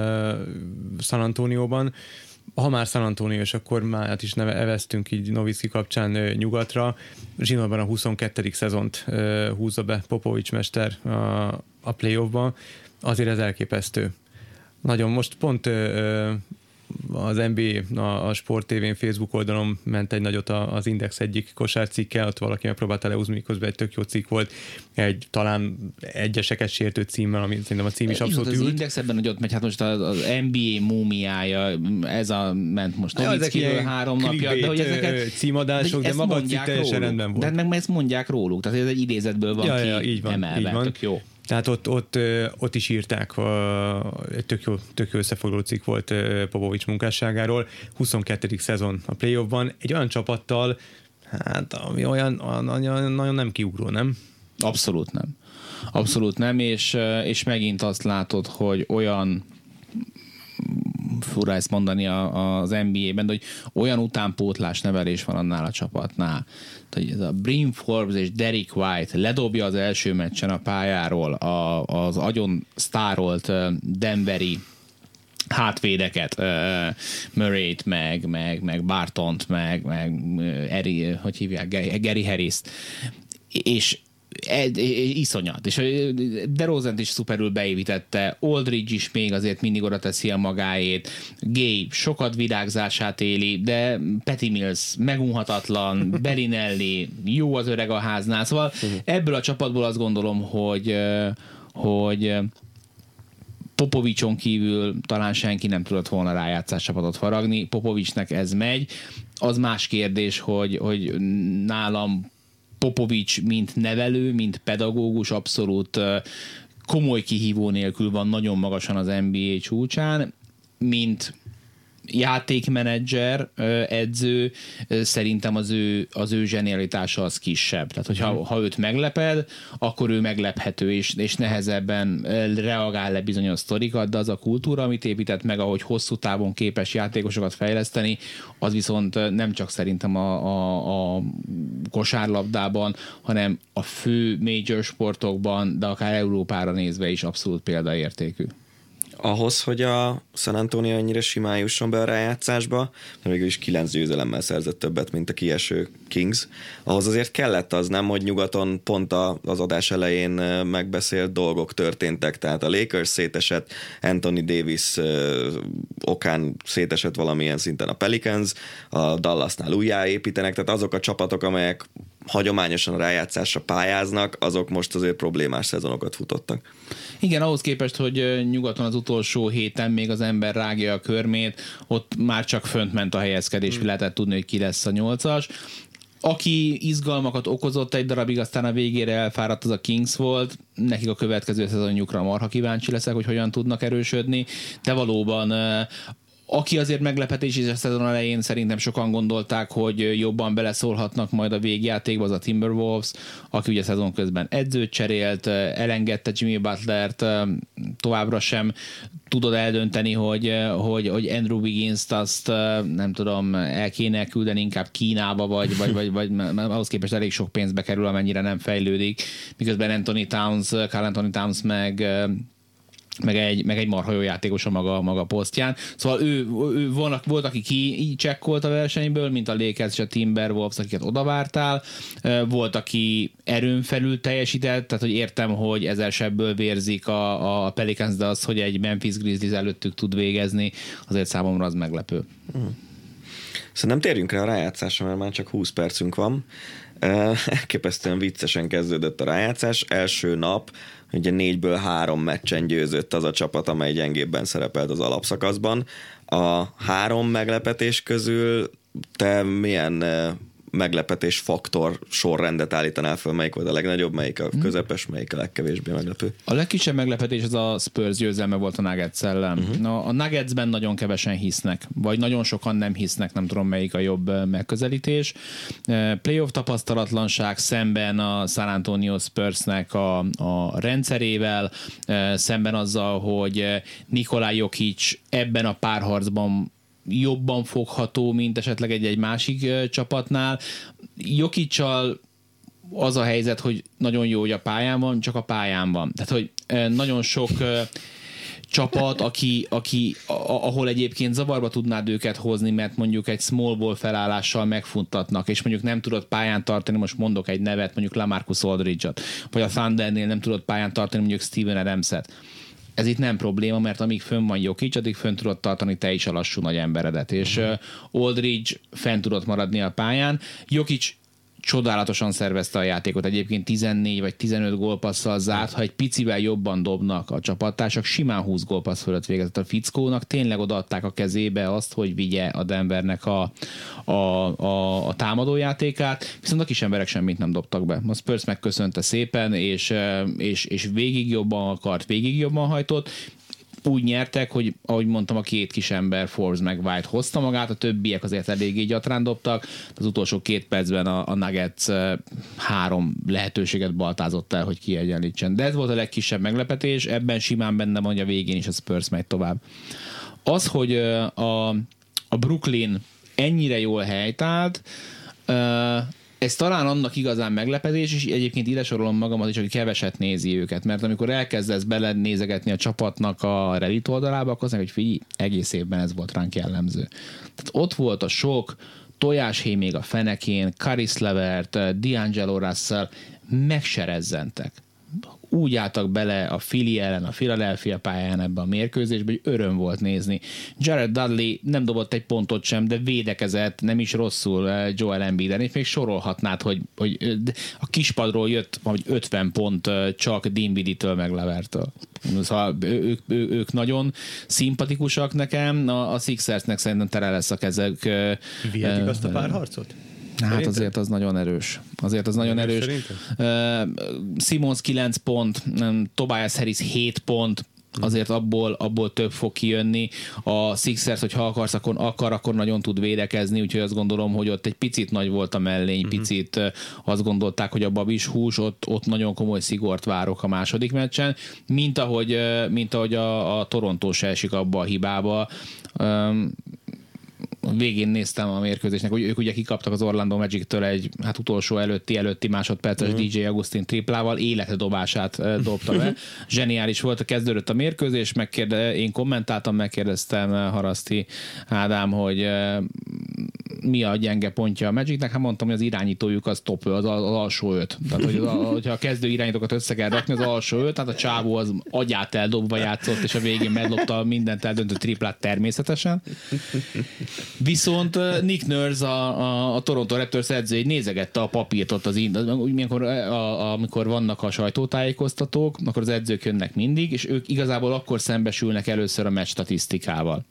S2: San Antonioban. Ha már San Antoniós, akkor már hát is eveztünk így Nowitzki kapcsán nyugatra. Zsinórban a 22. szezont húzza be Popovics mester a playoffba. Azért ez elképesztő. Nagyon most pont az NBA a Sport TV-n Facebook oldalon ment egy nagyot az Index egyik kosárcikke, ott valaki megpróbálta lehúzni, miközben egy tök jó cikk volt, egy talán egyeseket sértő címmel, ami szerintem a cím is abszolút ült.
S3: Az Index ebben nagyot megy, hát most az NBA múmiája, ez a ment most Nowitzkiből 3 napja, de hogy ezeket
S2: címadások, de maga a cikk teljesen rendben volt.
S3: De meg ezt mondják róluk, tehát ez egy idézetből van
S2: így van,
S3: emelve,
S2: így van.
S3: tök jó.
S2: Tehát ott is írták, egy tök jó összefoglaló cikk volt Popovics munkásságáról. 22. szezon a playoffban, egy olyan csapattal, hát ami olyan nagyon nem kiugró, nem?
S3: Abszolút nem. Abszolút nem, és megint azt látod, hogy olyan fura ezt mondani az NBA-ben, de hogy olyan utánpótlás nevelés van annál a csapatnál, hogy ez a Bryn Forbes és Derek White ledobja az első meccsen a pályáról az agyon sztárolt denveri hátvédeket, Murrayt, meg Bartont, meg hogy hívják, Gary Harris-t, és iszonyat. És DeRozant is szuperül beépítette, Aldridge is még azért mindig oda teszi a magáét, Gabe sokat virágzását éli, de Patty Mills megunhatatlan, Bellinelli jó az öreg a háznál, szóval ebből a csapatból azt gondolom, hogy Popovicson kívül talán senki nem tudott volna rájátszás csapatot faragni, Popovicsnek ez megy. Az más kérdés, hogy nálam Popovics mint nevelő, mint pedagógus abszolút komoly kihívó nélkül van nagyon magasan az NBA csúcsán, mint játékmenedzser, edző, szerintem az ő zsenialitása az kisebb. Tehát, ha őt megleped, akkor ő meglephető, és nehezebben reagál le bizonyos sztorikat, de az a kultúra, amit épített meg, ahogy hosszú távon képes játékosokat fejleszteni, az viszont nem csak szerintem a kosárlabdában, hanem a fő major sportokban, de akár Európára nézve is abszolút példaértékű.
S4: Ahhoz, hogy a San Antonio ennyire simán jusson be a rájátszásba, mert végül is 9 győzelemmel szerzett többet, mint a kieső Kings, ahhoz azért kellett az, nem, hogy nyugaton pont az adás elején megbeszélt dolgok történtek, tehát a Lakers szétesett, Anthony Davis okán szétesett valamilyen szinten a Pelicans, a Dallasnál újjáépítenek, tehát azok a csapatok, amelyek hagyományosan a rájátszásra pályáznak, azok most azért problémás szezonokat futottak.
S3: Igen, ahhoz képest, hogy nyugaton az utolsó héten még az ember rágja a körmét, ott már csak fönt ment a helyezkedés, lehetett tudni, hogy ki lesz a 8-as. Aki izgalmakat okozott egy darabig, aztán a végére elfáradt, az a Kings volt. Nekik a következő szezonjukra marha kíváncsi leszek, hogy hogyan tudnak erősödni, de valóban aki azért meglepetés is a szezon elején szerintem sokan gondolták, hogy jobban beleszólhatnak majd a végjátékba, az a Timberwolves, aki ugye szezon közben edzőt cserélt, elengedte Jimmy Butlert, továbbra sem tudod eldönteni, hogy Andrew Wiggins-t azt nem tudom, el kéne küldeni inkább Kínába, vagy ahhoz képest elég sok pénzbe kerül, amennyire nem fejlődik, miközben Karl Anthony Towns meg egy marha jó játékos a maga posztján. Szóval ő volt, aki kicsekkolt a versenyből, mint a Lakers és a Timberwolves, akiket odavártál. Volt, aki erőn felül teljesített, tehát hogy értem, hogy 1000 sebből vérzik a Pelicans, de az, hogy egy Memphis Grizzlies előttük tud végezni, azért számomra az meglepő.
S4: Szerintem térjünk rá a rájátszásra, mert már csak 20 percünk van. Elképesztően viccesen kezdődött a rájátszás. Első nap ugye 4-ből 3 meccsen győzött az a csapat, amely gyengébben szerepelt az alapszakaszban. A 3 meglepetés közül te milyen meglepetés faktor sorrendet állítanál föl, melyik volt a legnagyobb, melyik a közepes, melyik a legkevésbé meglepő?
S3: A legkisebb meglepetés az a Spurs győzelme volt a Nuggets ellen. A Nuggetsben nagyon kevesen hisznek, vagy nagyon sokan nem hisznek, nem tudom melyik a jobb megközelítés. Playoff tapasztalatlanság szemben a San Antonio Spursnek a rendszerével, szemben azzal, hogy Nikola Jokic ebben a párharcban jobban fogható, mint esetleg egy másik csapatnál. Jokiccal az a helyzet, hogy nagyon jó, hogy a pályán van, csak a pályán van. Tehát, hogy nagyon sok csapat, ahol egyébként zavarba tudnád őket hozni, mert mondjuk egy small ball felállással megfuntatnak, és mondjuk nem tudod pályán tartani, most mondok egy nevet, mondjuk LaMarcus Aldridge-ot, vagy a Thundernél nem tudod pályán tartani mondjuk Steven Adams-et. ez itt nem probléma, mert amíg fönn van Jokic, addig fönn tudod tartani te is a lassú nagy emberedet, és Aldridge fenn tudott maradni a pályán. Jokic csodálatosan szervezte a játékot, egyébként 14 vagy 15 gólpasszal zárt, ha egy picivel jobban dobnak a csapattársak, simán 20 gólpassz fölött végezett a fickónak, tényleg odaadták a kezébe azt, hogy vigye a Denvernek a támadójátékát, viszont a kis emberek semmit nem dobtak be. A Spurs megköszönte szépen, és végig jobban akart, végig jobban hajtott, úgy nyertek, hogy ahogy mondtam, a két kis ember, Forbes meg White hozta magát, a többiek azért eléggé gyatrán dobtak, az utolsó 2 percben a Nuggets 3 lehetőséget baltázott el, hogy kiegyenlítsen. De ez volt a legkisebb meglepetés, ebben simán benne van, hogy a végén is a Spurs megy tovább. Az, hogy a Brooklyn ennyire jól helytált, ez talán annak igazán meglepetés, és egyébként ide sorolom magamat is, aki keveset nézi őket, mert amikor elkezdesz belenézegetni a csapatnak a Reddit oldalába, akkor azt mondja, hogy figyelj, egész évben ez volt ránk jellemző. Tehát ott volt a sok tojáshéj még a fenekén, Caris Levert, D'Angelo Russell, megserezzentek. Úgy álltak bele a Philly ellen, a Philadelphia pályán ebbe a mérkőzésbe, hogy öröm volt nézni. Jared Dudley nem dobott egy pontot sem, de védekezett, nem is rosszul Joel Embiiden, és még sorolhatnád, hogy a kispadról jött vagy 50 pont csak Dinwiddie-től meg Levertől. Szóval ők nagyon szimpatikusak nekem, a Sixersnek szerintem tere lesz a kezek.
S2: Vihetik azt a párharcot?
S3: Hát azért az nagyon erős. Simmons 9 pont, Tobias Harris 7 pont, azért abból több fog kijönni. A Sixers, hogyha akkor nagyon tud védekezni, úgyhogy azt gondolom, hogy ott egy picit nagy volt a mellény, picit azt gondolták, hogy a babis hús, ott nagyon komoly szigort várok a második meccsen, mint ahogy a Toronto se esik abba a hibába. Végén néztem a mérkőzésnek, hogy ők ugye kikaptak az Orlando Magic-től egy utolsó előtti másodperces DJ Augustin triplával, életedobását dobta be. Zseniális volt, kezdődött a mérkőzés, én kommentáltam, megkérdeztem Haraszti Ádám, hogy mi a gyenge pontja a Magicnek, hát mondtam, hogy az irányítójuk az top, az alsó 5. Tehát, hogyha a kezdő irányítókat össze kell rakni, az alsó 5, tehát a csávó az agyát eldobva játszott, és a végén megdobta mindent eldöntő triplát természetesen. Viszont Nick Nurse, a Toronto Raptors edzője, nézegette a papírt ott amikor vannak a sajtótájékoztatók, akkor az edzők jönnek mindig, és ők igazából akkor szembesülnek először a meccs statisztikával.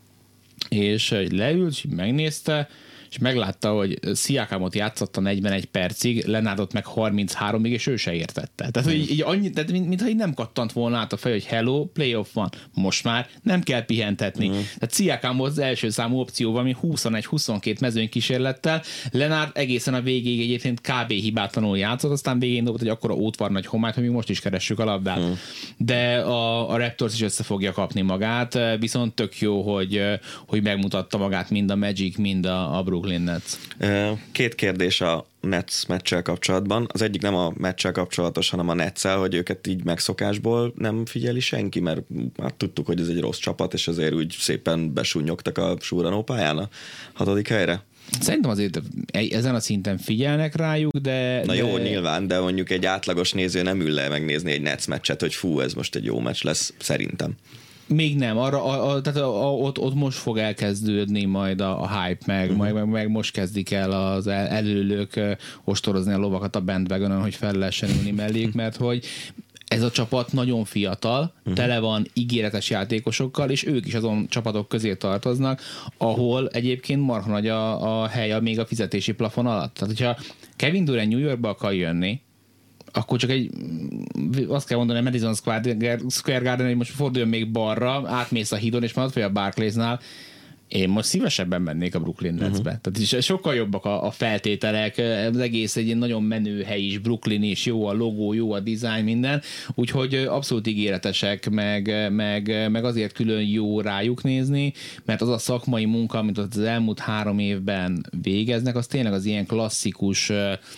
S3: És leült, és megnézte, és meglátta, hogy Siakamot játszotta 41 percig, Leonardot meg 33-ig, és ő se értette. Tehát, tehát mintha így nem kattant volna át a fej, hogy hello, playoff van. Most már nem kell pihentetni. Tehát Siakam volt az első számú opció, valami 21-22 mezőny kísérlettel, Leonard egészen a végéig egyébként kb. Hibátlanul játszott, aztán végén dobott egy akkora ótvar nagy homályt, hogy mi most is keressük a labdát. De a Raptors is össze fogja kapni magát, viszont tök jó, hogy megmutatta magát mind a Magic, mind a Brooklyn Nets.
S4: 2 kérdés a Nets meccsel kapcsolatban. Az egyik nem a meccsel kapcsolatos, hanem a Netszel, hogy őket így megszokásból nem figyeli senki, mert már tudtuk, hogy ez egy rossz csapat, és azért úgy szépen besúnyogtak a súranó pályán a 6. helyre.
S3: Szerintem azért ezen a szinten figyelnek rájuk, de...
S4: Na jó, nyilván, de mondjuk egy átlagos néző nem ül le megnézni egy Nets meccset, hogy fú, ez most egy jó meccs lesz, szerintem.
S3: Még nem, tehát ott most fog elkezdődni majd a hype, meg most kezdik el az előlők ostorozni a lovakat a bandwagonon, hogy fel lehessen ülni melléjük, mert hogy ez a csapat nagyon fiatal, tele van ígéretes játékosokkal, és ők is azon csapatok közé tartoznak, ahol egyébként marha nagy a hely még a fizetési plafon alatt. Tehát, hogyha Kevin Durant New Yorkba akar jönni, akkor csak azt kell mondani, Madison Square Garden, hogy most forduljon még balra, átmész a hídon, és már ott vagy a Barclaysnál. Én most szívesebben mennék a Brooklyn Netsbe. Tehát sokkal jobbak a feltételek, az egész egy nagyon menő hely is, Brooklyn is, jó a logó, jó a design, minden, úgyhogy abszolút ígéretesek, meg azért külön jó rájuk nézni, mert az a szakmai munka, amit az elmúlt 3 évben végeznek, az tényleg az ilyen klasszikus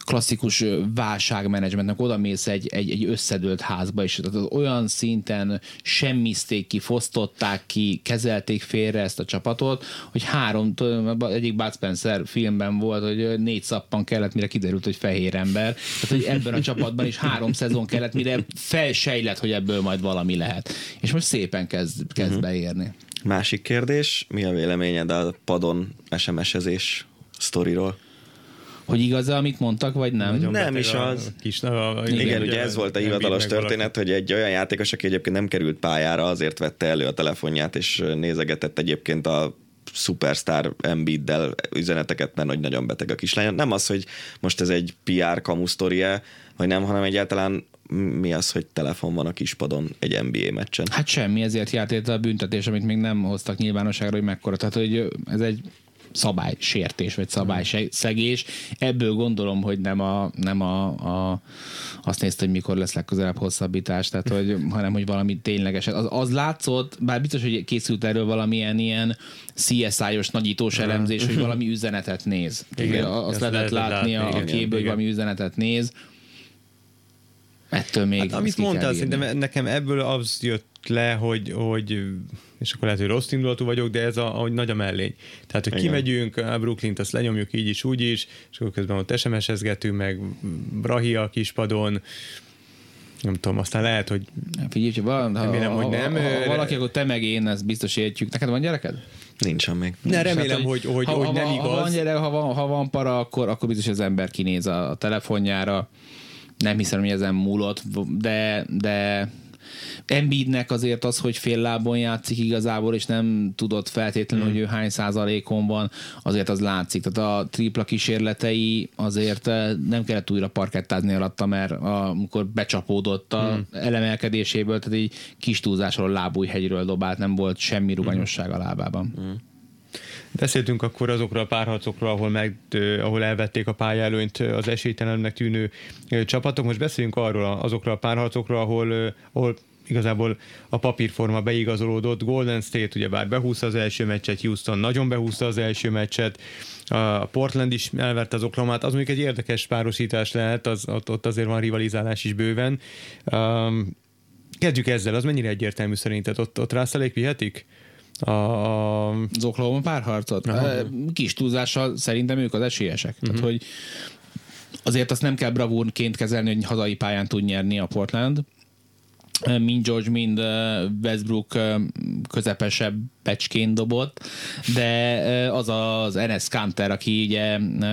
S3: klasszikus válságmenedzsmentnek odamész egy összedőlt házba, és olyan szinten semmizték ki, fosztották ki, kezelték félre ezt a csapatot, hogy egyik Bud Spencer filmben volt, hogy 4 szappan kellett, mire kiderült, hogy fehér ember. Tehát, hogy ebben a csapatban is 3 szezon kellett, mire felsejlett, hogy ebből majd valami lehet. És most szépen kezd beérni.
S4: Másik kérdés, mi a véleményed a padon SMS-ezés sztoriról?
S3: Hogy igaz-e, amit mondtak, vagy nem?
S4: Nem is az. Igen, ugye ez volt a hivatalos történet, hogy egy olyan játékos, aki egyébként nem került pályára, azért vette elő a telefonját, és nézegetett egyébként a Superstar Embiiddel üzeneteket, mert hogy nagyon beteg a kislány. Nem az, hogy most ez egy PR kamusztoria, vagy nem, hanem egyáltalán mi az, hogy telefon van a kispadon egy NBA meccsen?
S3: Hát semmi, ezért járt érte a büntetés, amit még nem hoztak nyilvánosságra, hogy mekkora. Tehát, hogy ez egy szabálysértés, vagy szabályszegés. Ebből gondolom, hogy nem azt nézte, hogy mikor lesz legközelebb hosszabbítás, tehát, hanem, hogy valami tényleges. Az látszott, bár biztos, hogy készült erről valamilyen ilyen CSI-os nagyítós elemzés, hogy valami üzenetet néz. Igen, azt lehetett látni a képből, hogy valami üzenetet néz. Ettől még...
S2: Hát, amit mondtál, szerintem nekem ebből az jött le, hogy és akkor lehet, hogy rossz indulatú vagyok, de ez hogy nagy a mellény. Tehát, hogy kimegyünk, a Brooklynt azt lenyomjuk így is, úgy is, és akkor közben ott SMS-ezgetünk, meg Brahi a kispadon, nem tudom, aztán lehet, hogy
S3: figyelj, ha valaki, akkor te meg én, ezt biztos értjük. Neked van gyereked?
S4: Nincsen még.
S2: Ne, remélem, hogy nem igaz.
S3: Ha van gyerek, ha van para, akkor biztos az ember kinéz a telefonjára. Nem hiszem, hogy ezen múlott, de Embiidnek azért az, hogy fél lábon játszik igazából, és nem tudott feltétlenül, hogy ő hány százalékon van, azért az látszik. Tehát a tripla kísérletei azért nem kellett újra parkettázni alatta, mert amikor becsapódott a elemelkedéséből, tehát egy kis túlzásról lábújhegyről dobált, nem volt semmi ruganyosság a lábában.
S2: Beszéltünk akkor azokról a párharcokról, ahol elvették a pályaelőnyt az esélytelennek tűnő csapatok. Most beszéljünk azokról a párharcokról, ahol igazából a papírforma beigazolódott. Golden State ugyebár behúzta az első meccset, Houston nagyon behúzta az első meccset, a Portland is elverte az Oklahomát. Az mondjuk egy érdekes párosítás lehet, ott azért van rivalizálás is bőven. Kezdjük ezzel, az mennyire egyértelmű szerinted? Ott Russell-ék vihetik?
S3: Az Oklahoma párharcot? Kis túlzással szerintem ők az esélyesek. Tehát, hogy azért azt nem kell bravúrként kezelni, hogy hazai pályán tud nyerni a Portland. Mind George, mind Westbrook közepesebb pecsként dobott, de az Enes Kanter, aki ugye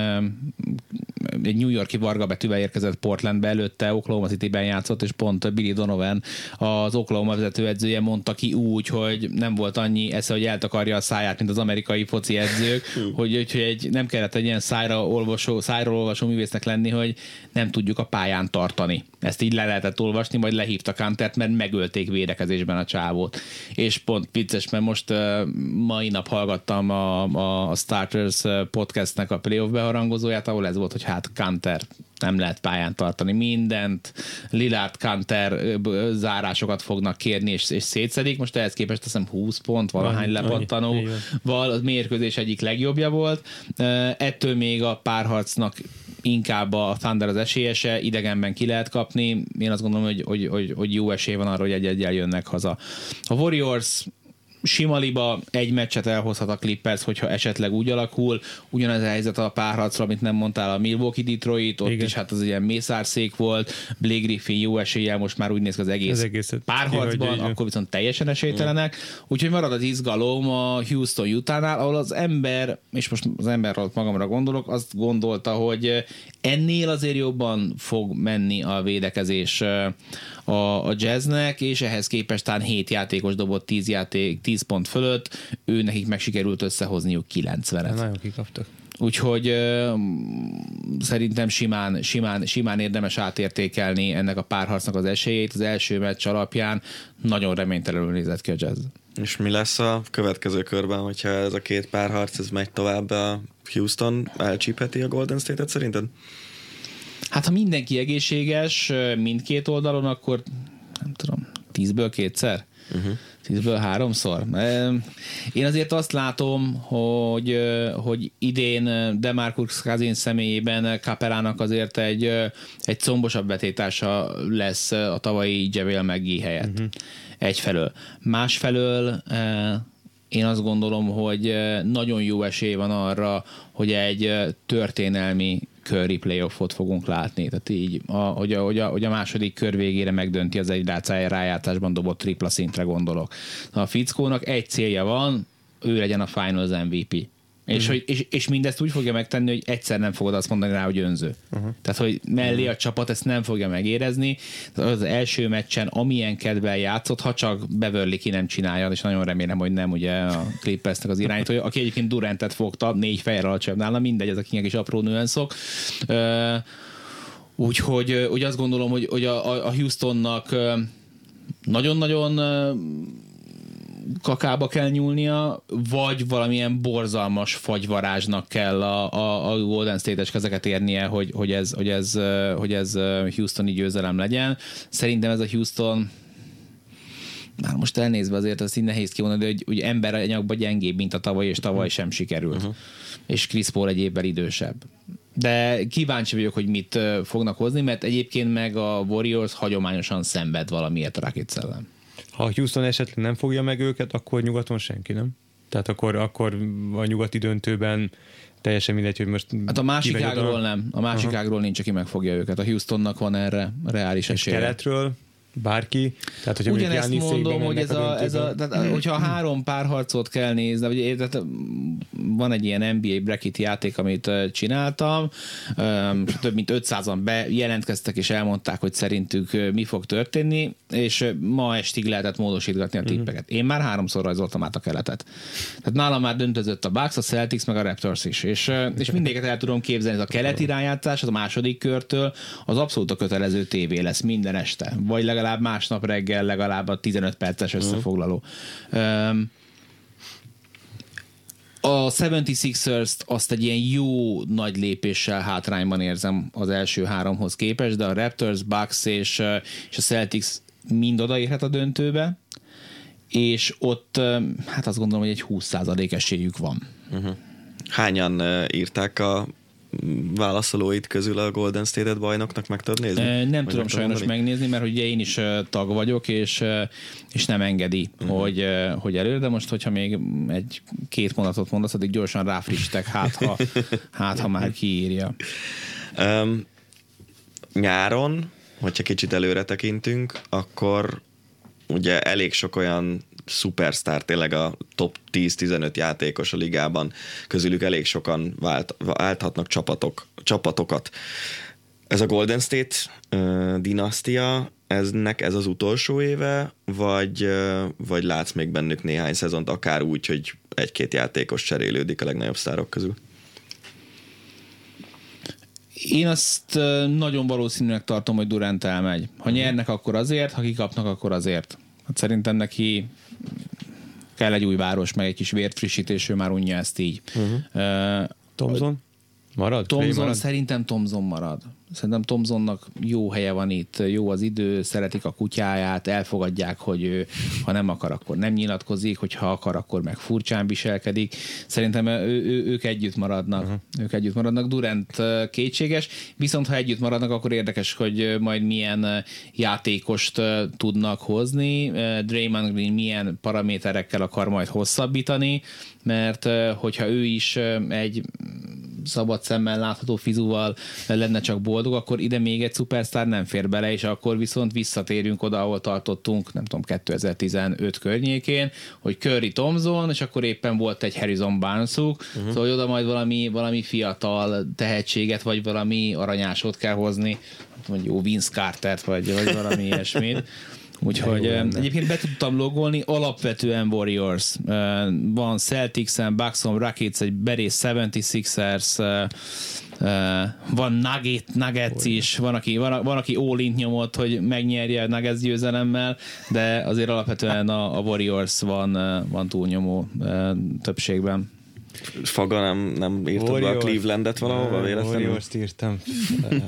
S3: egy New York-i varga betűvel érkezett Portlandbe, előtte Oklahoma Cityben játszott, és pont Billy Donovan, az Oklahoma vezetőedzője mondta ki úgy, hogy nem volt annyi esze, hogy eltakarja a száját, mint az amerikai foci edzők, hogy nem kellett egy ilyen szájról olvasó művésznek lenni, hogy nem tudjuk a pályán tartani. Ezt így le lehetett olvasni, majd lehívta Kantert, mert megölték védekezésben a csávót. És pont vicces, mert most mai nap hallgattam a Starters podcastnek a playoff beharangozóját, ahol ez volt, hogy hát Kanter nem lehet pályán tartani mindent, Lillard, Kanter zárásokat fognak kérni, és szétszedik. Most ehhez képest azt hiszem 20 pont, valahány lepattanóval, az mérkőzés egyik legjobbja volt. Ettől még a párharcnak inkább a Thunder az esélyese, idegenben ki lehet kapni. Én azt gondolom, hogy jó esély van arra, hogy egy-egyel jönnek haza. A Warriors sima liba, egy meccset elhozhat a Clippers, hogyha esetleg úgy alakul. Ugyanez a helyzet a párharcra, amit nem mondtál, a Milwaukee-Detroit, ott is hát az ilyen mészárszék volt, Blake Griffin jó eséllyel, most már úgy néz ki az egész párharcban, akkor viszont teljesen esélytelenek. Úgyhogy marad az izgalom a Houston-Utah-nál, ahol az ember, és most az emberről magamra gondolok, azt gondolta, hogy ennél azért jobban fog menni a védekezés a Jazznek, és ehhez képest talán 7 játékos dobott 10 pont fölött, ő nekik meg sikerült összehozniuk 90-et.
S2: Nagyon kikaptak.
S3: Úgyhogy szerintem simán érdemes átértékelni ennek a párharcnak az esélyét. Az első meccs alapján nagyon reménytelenül nézett ki a Jazz.
S4: És mi lesz a következő körben, hogyha ez a két párharc ez megy tovább, a Houston elcsípheti a Golden State-et szerinted?
S3: Hát ha mindenki egészséges mindkét oldalon, akkor nem tudom, 10-ből 2-szer? 10-ből 3-szor. Én azért azt látom, hogy idén DeMarcus Cousins személyében Capellának azért egy combosabb betétása lesz a tavalyi JaVale McGee helyett. Egyfelől. Másfelől én azt gondolom, hogy nagyon jó esély van arra, hogy egy történelmi Curry playoffot fogunk látni. Tehát így, hogy a második kör végére megdönti az egy rájátszásban dobott tripla szintre gondolok. A fickónak egy célja van, ő legyen a Finals MVP. És mindezt úgy fogja megtenni, hogy egyszer nem fogod azt mondani rá, hogy önző. Tehát, hogy mellé a csapat ezt nem fogja megérezni. Az első meccsen amilyen kedvel játszott, ha csak Beverly ki nem csinálja, és nagyon remélem, hogy nem ugye a Clippersnek az irányítója, aki egyébként Durantet fogta, 4 fejjel alacsonyabb nála, mindegy, ezek is apró nüanszok. Úgyhogy azt gondolom, hogy a Houstonnak nagyon-nagyon kakába kell nyúlnia, vagy valamilyen borzalmas fagyvarázsnak kell a Golden State-es kezeket érnie, hogy ez Houstoni győzelem legyen. Szerintem ez a Houston, már most elnézve azért ezt így nehéz kimondani, de hogy emberanyagban gyengébb, mint a tavaly, és tavaly sem sikerült. És Chris Paul egy évvel idősebb. De kíváncsi vagyok, hogy mit fognak hozni, mert egyébként meg a Warriors hagyományosan szenved valamiért a Rockets ellen.
S2: Ha Houston esetleg nem fogja meg őket, akkor nyugaton senki, nem? Tehát akkor a nyugati döntőben teljesen mindegy, hogy most...
S3: Hát a másik ágról nem. A másik ágról nincs, aki megfogja őket. A Houstonnak van erre reális esélye.
S2: Keletről bárki. Tehát, hogyha
S3: ugyanezt mondom, hogy tehát, hogyha 3 párharcot kell nézni, vagy, tehát van egy ilyen NBA bracket játék, amit csináltam, több mint 500-an bejelentkeztek, és elmondták, hogy szerintük mi fog történni, és ma estig lehetett módosítgatni a tippeket. Én már 3-szor rajzoltam át a keletet. Tehát nálam már döntözött a Bucks, a Celtics, meg a Raptors is, és mindéket el tudom képzelni. Ez a keleti rájátszás, az a második körtől, az abszolút a kötelező tévé lesz minden este, vagy legalább másnap reggel, legalább a 15 perces összefoglaló. A 76ers-t azt egy ilyen jó nagy lépéssel hátrányban érzem az első 3-hoz képest, de a Raptors, Bucks és a Celtics mind odaérhet a döntőbe, és ott hát azt gondolom, hogy egy 20% esélyük van.
S4: Hányan írták a válaszolóit közül a Golden State-et bajnoknak, meg tudod nézni?
S3: Nem tudom sajnos megnézni, mert ugye én is tag vagyok, és nem engedi, hogy elő, de most, hogyha még 1-2 mondatot mondasz, addig gyorsan ráfrissítek, ha már kiírja.
S4: Nyáron, hogyha kicsit előre tekintünk, akkor ugye elég sok olyan szupersztár, tényleg a top 10-15 játékos a ligában, közülük elég sokan válthatnak csapatokat. Ez a Golden State dinasztia, ez az utolsó éve, vagy látsz még bennük néhány szezont, akár úgy, hogy 1-2 játékos cserélődik a legnagyobb sztárok közül?
S3: Én azt nagyon valószínűleg tartom, hogy Durant elmegy. Ha nyernek, akkor azért, ha kikapnak, akkor azért. Hát szerintem neki kell egy új város, meg egy kis vérfrissítés, ő már unja ezt így.
S2: Thompson? Marad?
S3: Szerintem Thompson marad. Szerintem Thompsonnak jó helye van itt, jó az idő, szeretik a kutyáját, elfogadják, hogy ő, ha nem akar, akkor nem nyilatkozik, hogyha akar, akkor meg furcsán viselkedik. Szerintem ők együtt maradnak. Ők együtt maradnak. Durant kétséges, viszont ha együtt maradnak, akkor érdekes, hogy majd milyen játékost tudnak hozni. Draymond Green milyen paraméterekkel akar majd hosszabbítani, mert hogyha ő is egy szabad szemmel látható fizúval lenne csak boldog, akkor ide még egy szupersztár nem fér bele, és akkor viszont visszatérünk oda, ahol tartottunk, nem tudom, 2015 környékén, hogy Curry, Thompson, és akkor éppen volt egy Harrison Barnesuk, szóval hogy oda majd valami fiatal tehetséget, vagy valami aranyásot kell hozni, mondjuk jó Vince Cartert, vagy valami ilyesmit. Úgyhogy egyébként be tudtam logolni, alapvetően Warriors. Van Celtics-en, Bucks-on, Rockets, egy berész 76ers, van Nuggets is, van aki all-int nyomott, hogy megnyerje a Nuggets győzelemmel, de azért alapvetően a Warriors van túlnyomó többségben.
S4: Faga nem írtad be a Clevelandet valahova véletlenül?
S2: Warriors-t írtam.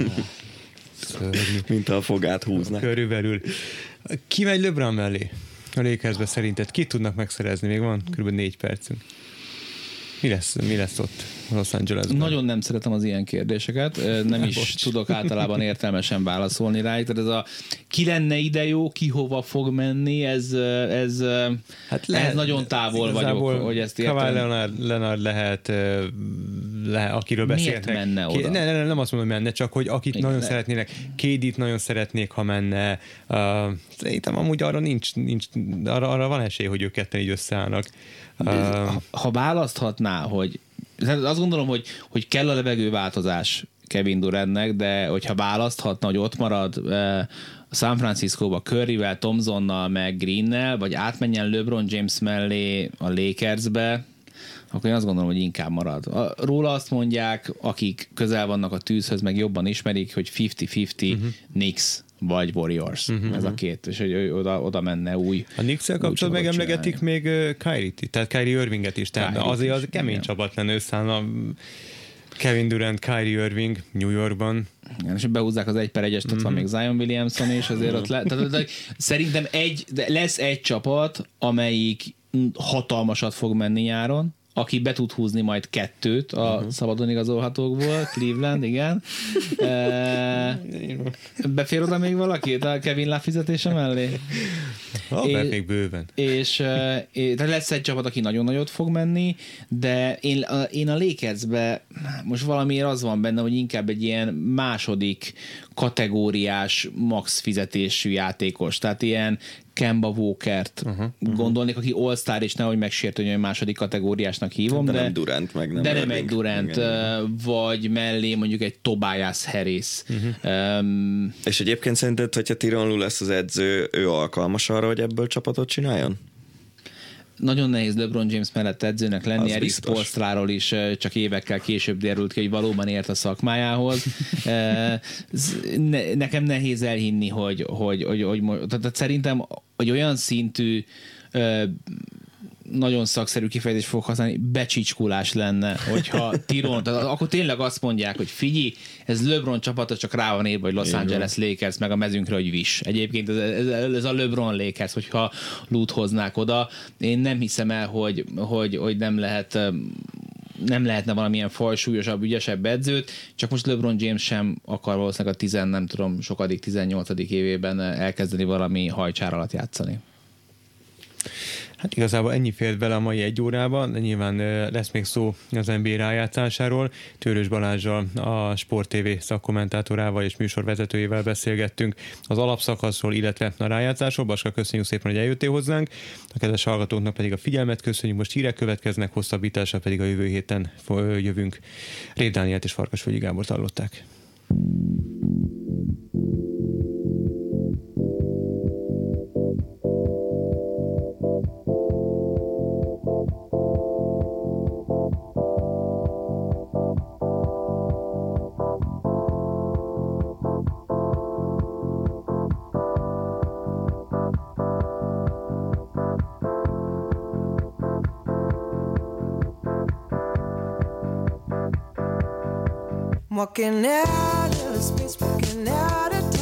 S4: Mint a fogát húznak.
S2: Körülbelül. Ki megy LeBron mellé? A Lakersbe szerinted ki tudnak megszerezni? Még van kb. 4 percünk. Mi lesz ott Los Angelesben?
S3: Nagyon nem szeretem az ilyen kérdéseket, nem is tudok általában értelmesen válaszolni rájuk, tehát ez a ki lenne ide jó, ki hova fog menni, ez nagyon távol vagyok, hogy ezt értem.
S2: Kawhi Leonard lehet, akiről beszélnek.
S3: Miért menne oda?
S2: Nem azt mondom, hogy menne, csak hogy akit nagyon szeretnének, KD-t nagyon szeretnék, ha menne. Szerintem amúgy arra van esély, hogy ők ketten így összeállnak.
S3: Ha választhatná, hogy azt gondolom, hogy kell a levegőváltozás Kevin Durantnek, de hogyha választhatna, hogy ott marad a San Franciscóba Curryvel, Thompsonnal, meg Greennel, vagy átmenjen LeBron James mellé a Lakersbe, akkor én azt gondolom, hogy inkább marad. Róla azt mondják, akik közel vannak a tűzhöz, meg jobban ismerik, hogy 50-50 Knicks vagy Warriors. Ez a két, és hogy oda menne új.
S2: A Knicks-el kapcsolatban megemlegetik még Kyrie-t, tehát Kyrie Irvinget is, tehát azért az kemény csapat lenne összeállna. Kevin Durant, Kyrie Irving New Yorkban.
S3: Igen, és behúzzák az 1/1-est, ott van még Zion Williamson is, azért ott szerintem lesz egy csapat, amelyik hatalmasat fog menni nyáron, aki be tud húzni majd 2 a szabadon igazolhatókból, Cleveland, igen. Befér oda még valakit a Kevin Love fizetése mellé?
S2: Még bőven.
S3: És lesz egy csapat, aki nagyon nagyot fog menni, de én a Lakersbe most valamiért az van benne, hogy inkább egy ilyen második kategóriás max fizetésű játékos, tehát ilyen Kemba Walkert gondolnék, aki All-Star, és nehogy megsértődjön, hogy második kategóriásnak hívom, de
S4: nem Durant, meg nem.
S3: De nem egy Durant, vagy mellé mondjuk egy Tobias Harris.
S4: És egyébként szerinted, hogyha Tyronn Lue lesz az edző, ő alkalmas arra, hogy ebből csapatot csináljon?
S3: Nagyon nehéz LeBron James mellett edzőnek lenni, Eric Spoelstráról is csak évekkel később derült ki, hogy valóban ért a szakmájához. Nekem nehéz elhinni, hogy tehát szerintem, hogy olyan szintű nagyon szakszerű kifejezést fog használni, becsicskulás lenne, hogyha Tyronn, tehát akkor tényleg azt mondják, hogy figyelj, ez LeBron csapata, csak rá van írva, hogy Los Angeles Lakers, meg a mezünkre, hogy Wish. Egyébként ez a LeBron Lakers, hogyha Lute hoznák oda. Én nem hiszem el, hogy nem lehetne valamilyen fajsúlyosabb, ügyesebb edzőt, csak most LeBron James sem akar valószínűleg a 18. évében elkezdeni valami hajcsár alatt játszani.
S2: Hát igazából ennyi fért bele a mai 1 órában, de nyilván lesz még szó az NBA rájátszásáról. Törős Balázssal, a Sport TV szakkommentátorával és műsorvezetőjével beszélgettünk az alapszakaszról, illetve a rájátszásról. Baska, köszönjük szépen, hogy eljöttél hozzánk. A kedves hallgatóknak pedig a figyelmet köszönjük. Most hírek következnek, hosszabbításra pedig a jövő héten jövünk. Rév Dánielt és Farkasvölgyi Gábort hallották.
S5: Walking out of space, walking out of time.